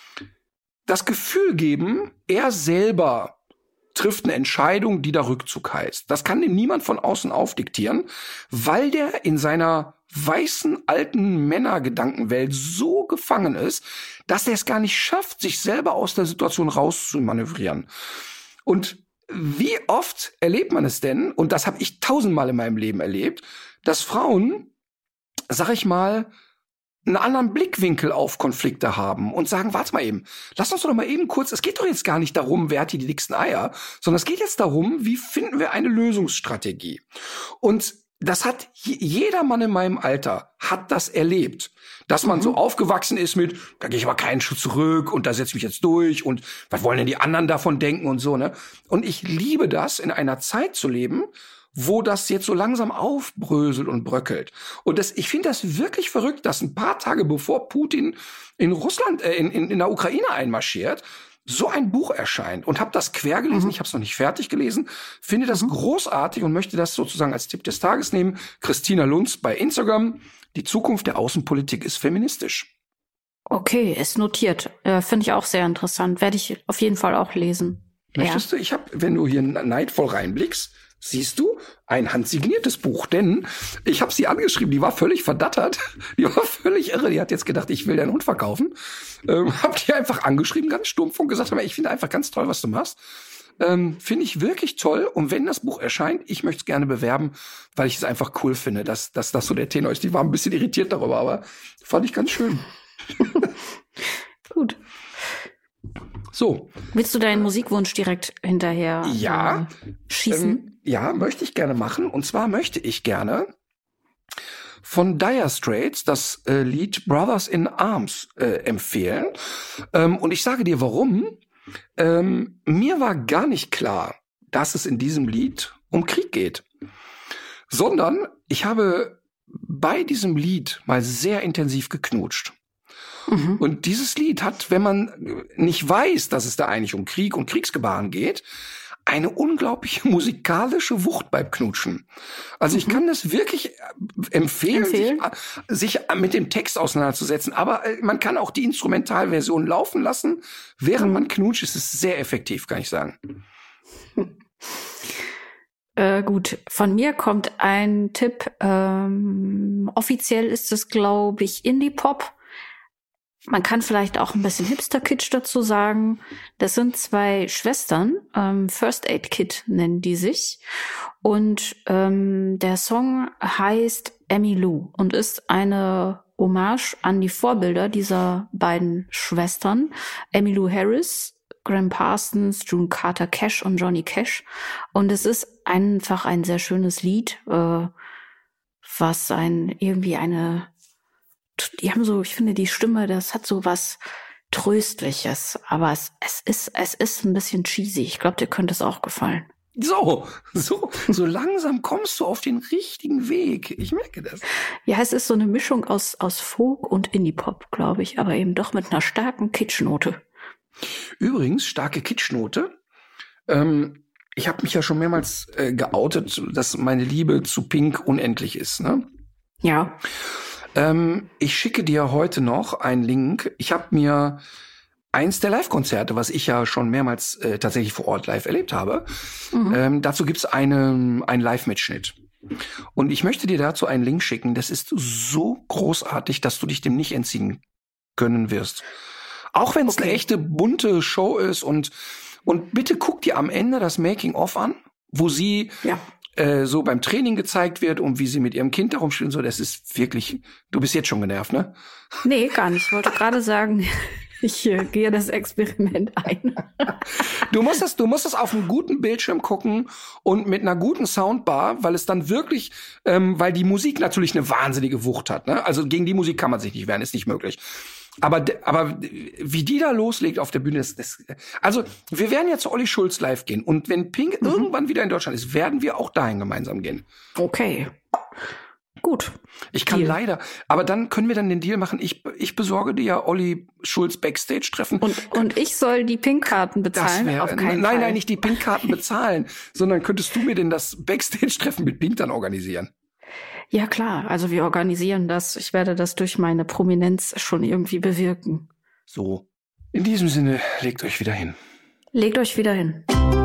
das Gefühl geben, er selber trifft eine Entscheidung, die da Rückzug heißt. Das kann dem niemand von außen aufdiktieren, weil der in seiner weißen, alten Männergedankenwelt so gefangen ist, dass er es gar nicht schafft, sich selber aus der Situation rauszumanövrieren. Und wie oft erlebt man es denn, und das habe ich tausendmal in meinem Leben erlebt, dass Frauen, sag ich mal, einen anderen Blickwinkel auf Konflikte haben und sagen, warte mal eben, lass uns doch mal eben kurz, es geht doch jetzt gar nicht darum, wer hat hier die dicksten Eier, sondern es geht jetzt darum, wie finden wir eine Lösungsstrategie. Und das hat jeder Mann in meinem Alter hat das erlebt, dass man mhm. so aufgewachsen ist mit, da gehe ich aber keinen Schritt zurück und da setze ich mich jetzt durch und was wollen denn die anderen davon denken und so, ne? Und ich liebe das, in einer Zeit zu leben, wo das jetzt so langsam aufbröselt und bröckelt. Und das, ich finde das wirklich verrückt, dass ein paar Tage bevor Putin in Russland, äh, in, in, in der Ukraine einmarschiert, so ein Buch erscheint und habe das quer gelesen, mhm. ich habe es noch nicht fertig gelesen, finde das mhm. großartig und möchte das sozusagen als Tipp des Tages nehmen. Christina Lunz bei Instagram, die Zukunft der Außenpolitik ist feministisch. Okay, ist notiert. Äh, finde ich auch sehr interessant. Werde ich auf jeden Fall auch lesen. Möchtest ja. du? Ich habe, wenn du hier neidvoll reinblickst, siehst du ein handsigniertes Buch, denn ich habe sie angeschrieben, die war völlig verdattert, die war völlig irre, die hat jetzt gedacht, ich will deinen Hund verkaufen, ähm, hab die einfach angeschrieben, ganz stumpf und gesagt, ich finde einfach ganz toll, was du machst, ähm, finde ich wirklich toll und wenn das Buch erscheint, ich möchte es gerne bewerben, weil ich es einfach cool finde, dass, dass das so der Tenor ist, die war ein bisschen irritiert darüber, aber fand ich ganz schön. Gut. So. Willst du deinen Musikwunsch direkt hinterher ja, äh, schießen? Ähm, ja, möchte ich gerne machen. Und zwar möchte ich gerne von Dire Straits das äh, Lied Brothers in Arms äh, empfehlen. Ähm, und ich sage dir, warum. Ähm, mir war gar nicht klar, dass es in diesem Lied um Krieg geht. Sondern ich habe bei diesem Lied mal sehr intensiv geknutscht. Mhm. Und dieses Lied hat, wenn man nicht weiß, dass es da eigentlich um Krieg und Kriegsgebaren geht, eine unglaubliche musikalische Wucht beim Knutschen. Also mhm. ich kann das wirklich empfehlen, empfehlen? Sich, sich mit dem Text auseinanderzusetzen. Aber man kann auch die Instrumentalversion laufen lassen, während mhm. man knutscht. Es ist sehr effektiv, kann ich sagen. Äh, gut, von mir kommt ein Tipp. Ähm, offiziell ist es, glaube ich, Indie-Pop. Man kann vielleicht auch ein bisschen Hipster-Kitsch dazu sagen. Das sind zwei Schwestern, ähm, First Aid Kit nennen die sich. Und ähm, der Song heißt Emmylou und ist eine Hommage an die Vorbilder dieser beiden Schwestern. Emmylou Harris, Graham Parsons, June Carter Cash und Johnny Cash. Und es ist einfach ein sehr schönes Lied, äh, was ein irgendwie eine Die haben so, ich finde, die Stimme, das hat so was Tröstliches, aber es, es ist, es ist ein bisschen cheesy. Ich glaube, dir könnte es auch gefallen. So, so, so langsam kommst du auf den richtigen Weg. Ich merke das. Ja, es ist so eine Mischung aus, aus Folk und Indie-Pop, glaube ich, aber eben doch mit einer starken Kitschnote. Übrigens, starke Kitschnote. Ähm, ich habe mich ja schon mehrmals äh, geoutet, dass meine Liebe zu Pink unendlich ist, ne? Ja. Ähm, ich schicke dir heute noch einen Link. Ich habe mir eins der Live-Konzerte, was ich ja schon mehrmals äh, tatsächlich vor Ort live erlebt habe, mhm. ähm, dazu gibt's eine, einen Live-Mitschnitt. Und ich möchte dir dazu einen Link schicken. Das ist so großartig, dass du dich dem nicht entziehen können wirst. Auch wenn es okay. eine echte bunte Show ist. Und, und bitte guck dir am Ende das Making-of an, wo sie... Ja. so beim Training gezeigt wird und wie sie mit ihrem Kind darum spielen, so, das ist wirklich, du bist jetzt schon genervt, ne? Nee, gar nicht. Ich wollte gerade sagen, ich äh, gehe das Experiment ein. Du musst das, du musst das auf einem guten Bildschirm gucken und mit einer guten Soundbar, weil es dann wirklich, ähm, weil die Musik natürlich eine wahnsinnige Wucht hat, ne? Also gegen die Musik kann man sich nicht wehren, ist nicht möglich. Aber, aber wie die da loslegt auf der Bühne, das, das, also wir werden ja zu Olli Schulz live gehen und wenn Pink mhm. irgendwann wieder in Deutschland ist, werden wir auch dahin gemeinsam gehen. Okay, gut. Ich kann Deal. leider, aber dann können wir dann den Deal machen, ich, ich besorge dir ja Olli Schulz Backstage-Treffen. Und, und ich soll die Pink-Karten bezahlen? Das wär, auf keinen nein, Fall. nein, nicht die Pink-Karten bezahlen, sondern könntest du mir denn das Backstage-Treffen mit Pink dann organisieren? Ja, klar. Also wir organisieren das. Ich werde das durch meine Prominenz schon irgendwie bewirken. So. In diesem Sinne, legt euch wieder hin. Legt euch wieder hin.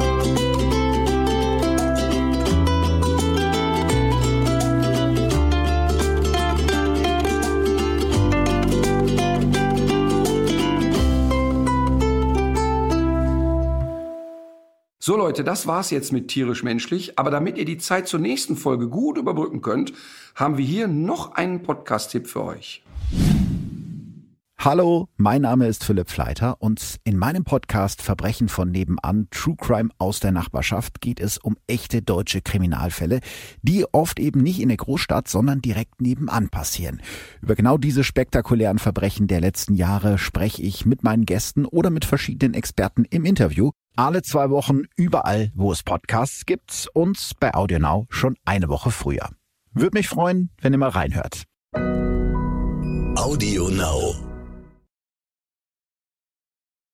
So Leute, das war's jetzt mit Tierisch Menschlich. Aber damit ihr die Zeit zur nächsten Folge gut überbrücken könnt, haben wir hier noch einen Podcast-Tipp für euch. Hallo, mein Name ist Philipp Fleiter und in meinem Podcast Verbrechen von nebenan, True Crime aus der Nachbarschaft, geht es um echte deutsche Kriminalfälle, die oft eben nicht in der Großstadt, sondern direkt nebenan passieren. Über genau diese spektakulären Verbrechen der letzten Jahre spreche ich mit meinen Gästen oder mit verschiedenen Experten im Interview. Alle zwei Wochen überall, wo es Podcasts gibt und bei AudioNow schon eine Woche früher. Würde mich freuen, wenn ihr mal reinhört. AudioNow.